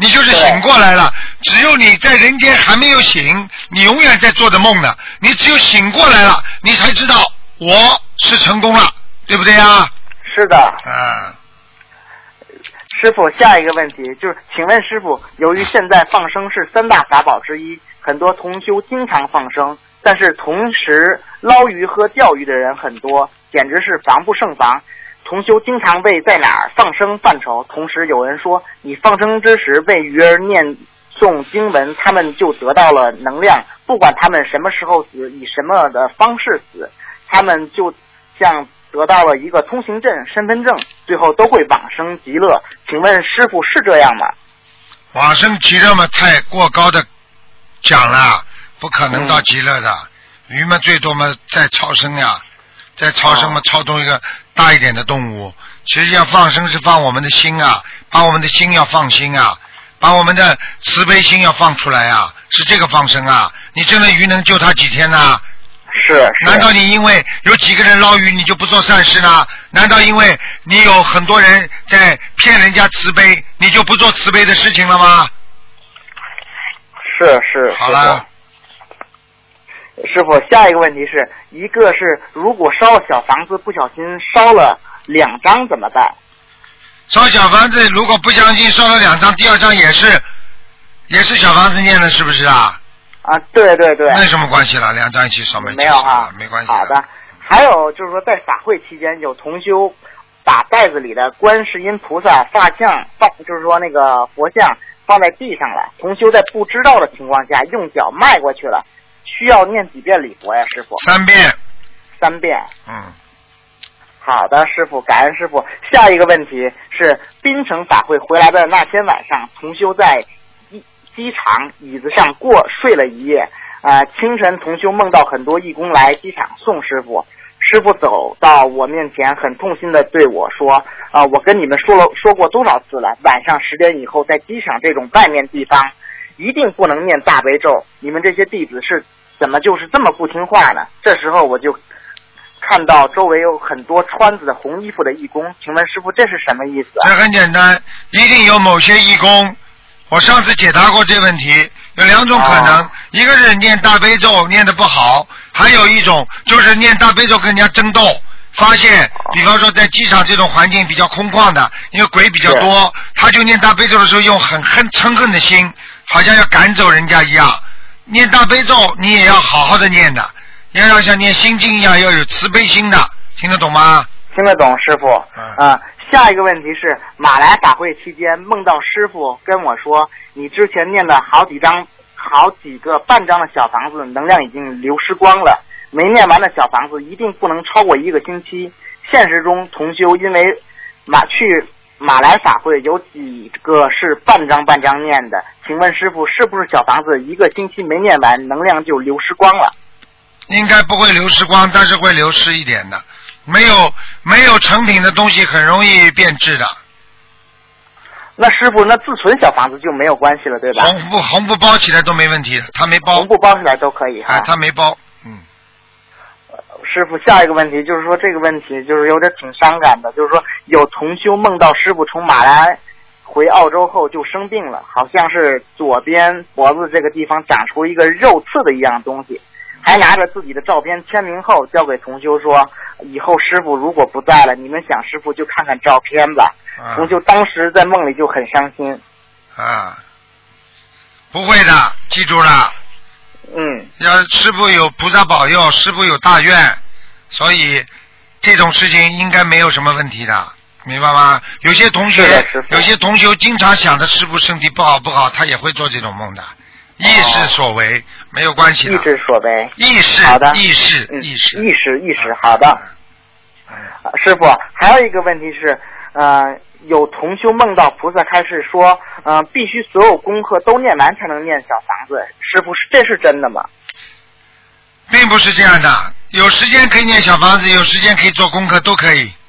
你就是醒过来了。只有你在人间还没有醒，你永远在做的梦呢。你只有醒过来了，你才知道我是成功了，对不对啊？ 是的。 啊。 师傅，下一个问题就是，请问师傅，由于现在放生是三大法宝之一，很多同修经常放生，但是同时捞鱼和钓鱼的人很多，简直是防不胜防。同修经常为在哪儿放生犯愁，同时有人说，你放生之时为鱼儿念诵经文，他们就得到了能量，不管他们什么时候死，以什么的方式死，他们就像得到了一个通行证、身份证，最后都会往生极乐。请问师父是这样吗？ 往生极乐嘛，太过高的讲了，不可能到极乐的。嗯、鱼嘛，最多嘛再超生呀，再超生嘛，哦、超动一个大一点的动物。实际上放生是放我们的心啊，把我们的心要放心啊，把我们的慈悲心要放出来啊，是这个放生啊。你真的鱼能救他几天呢、啊？ 是, 是。 难道你因为有几个人捞鱼，你就不做善事呢？难道因为你有很多人在骗人家慈悲，你就不做慈悲的事情了吗？ 是是。 好了。 师傅，下一个问题是，一个是如果烧小房子不小心烧了两张怎么办？ 烧小房子如果不小心烧了两张，第二张也是也是小房子念的，是不是啊？ 啊，对对对。 那有什么关系了？两张一起烧没没有啊， 没关系。 好的。还有就是说，在法会期间，有同修把袋子里的观世音菩萨画像放，就是说那个佛像放在地上了。同修在不知道的情况下用脚迈过去了，需要念几遍礼佛呀，师傅？ 三遍。 三遍。 嗯。 好的，师傅，感恩师傅。下一个问题是，槟城法会回来的那天晚上，同修在机场椅子上过睡了一夜。呃，清晨同修梦到很多义工来机场送师傅，师傅走到我面前，很痛心的对我说：“啊、呃，我跟你们说了说过多少次了，晚上十点以后在机场这种外面地方，一定不能念大悲咒。你们这些弟子是怎么就是这么不听话呢？”这时候我就看到周围有很多穿着的红衣服的义工，请问师傅这是什么意思啊？ 这很简单，一定有某些义工。我上次解答过这问题，有两种可能，哦、一个是念大悲咒念得不好，还有一种就是念大悲咒跟人家争斗，发现，比方说在机场这种环境比较空旷的，因为鬼比较多，他就念大悲咒的时候用很恨嗔恨的心，好像要赶走人家一样。念大悲咒你也要好好的念的，要要像念心经一样要有慈悲心的，听得懂吗？ 听得懂，师傅。嗯。呃下一个问题是，马来法会期间梦到师傅跟我说，你之前念的好几张、好几个半张的小房子能量已经流失光了，没念完的小房子一定不能超过一个星期。现实中同修因为马去马来法会有几个是半张半张念的，请问师傅是不是小房子一个星期没念完，能量就流失光了？ 应该不会流失光，但是会流失一点的。没有没有成品的东西很容易变质的。 那师傅，那自存小房子就没有关系了，对吧？ 红布红布包起来都没问题的，他没包。 红布包起来都可以哈。 哎，他没包。嗯。 师傅，下一个问题就是说，这个问题就是有点挺伤感的，就是说有同修梦到师傅从马来回澳洲后就生病了，好像是左边脖子这个地方长出一个肉刺的一样东西。还拿着自己的照片签名后交给同修说，以后师傅如果不在了，你们想师傅就看看照片吧。啊、同修当时在梦里就很伤心。 啊，不会的，记住了。 嗯。 要师傅有菩萨保佑，师傅有大愿，所以这种事情应该没有什么问题的，明白吗？有些同学，有些同学经常想着师傅身体不好不好，他也会做这种梦的。意识所为、哦、没有关系的。 意识所为。 意识。 好的。 意识。 嗯、 意识。 意识。意识。好的。嗯、师傅，还有一个问题是，呃，有同修梦到菩萨开示说，呃，必须所有功课都念完才能念小房子。师傅，这是真的吗？ 并不是这样的，有时间可以念小房子，有时间可以做功课，都可以。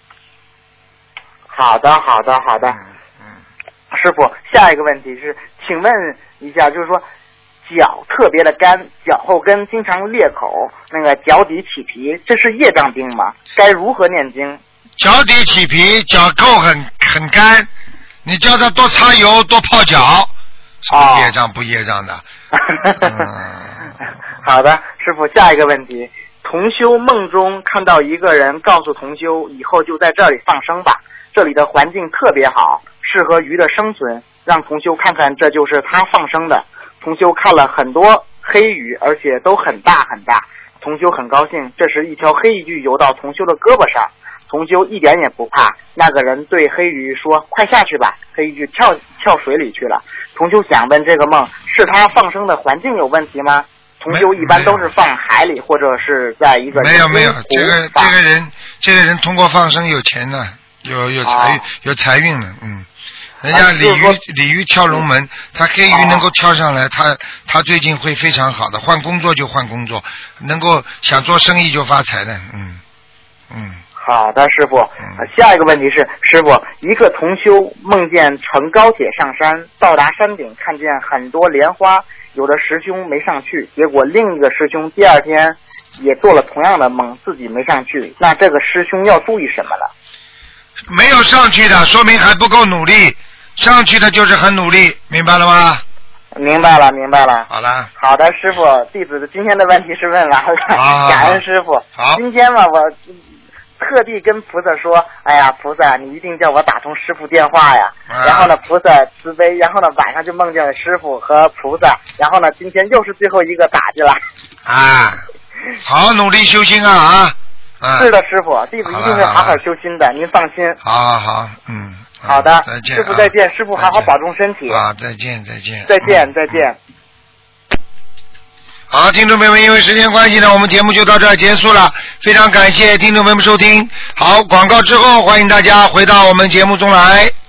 好的，好的，好的。嗯。师傅，下一个问题是，请问一下，就是说脚特别的干，脚后跟经常裂口，那个脚底起皮，这是业障病吗？该如何念经？ 脚底起皮，脚后很很干， 你叫他多擦油，多泡脚，什么业障不业障的？嗯、 好的，师傅，下一个问题。同修梦中看到一个人告诉同修，以后就在这里放生吧，这里的环境特别好，适合鱼的生存，让同修看看这就是他放生的。同修看了很多黑鱼，而且都很大很大，同修很高兴。这时一条黑鱼游到同修的胳膊上，同修一点也不怕。那个人对黑鱼说：快下去吧。黑鱼跳跳水里去了。同修想问，这个梦是他放生的环境有问题吗？同修一般都是放海里或者是在一个没有没有，这个这个人这个人通过放生有钱呢，有有财、哦、有财运了，嗯。人家鲤鱼、啊、鲤鱼跳龙门，他黑鱼能够跳上来，他他最近会非常好的，换工作就换工作，能够想做生意就发财的，嗯嗯。 好的，师傅、嗯。下一个问题是，师傅，一个同修梦见乘高铁上山，到达山顶，看见很多莲花，有的师兄没上去，结果另一个师兄第二天也做了同样的梦，自己没上去，那这个师兄要注意什么了？ 没有上去的，说明还不够努力。上去的就是很努力，明白了吗？ 明白了，明白了。 好了， 好的，师傅，弟子今天的问题是问完了，感恩师傅。 好， 今天嘛，我特地跟菩萨说，哎呀，菩萨，你一定叫我打通师傅电话呀。啊、然后呢，菩萨慈悲，然后呢，晚上就梦见了师傅和菩萨，然后呢，今天又是最后一个打进来。 啊，好努力修心啊啊！啊是的，师傅，弟子一定会好好修心的，您放心。 好好好，嗯。 好的， 再见， 师傅再见，师傅好好保重身体啊！再见，再见， 再见，再见。 好，听众朋友们，因为时间关系呢，我们节目就到这儿结束了。非常感谢听众朋友们收听。好，广告之后，欢迎大家回到我们节目中来。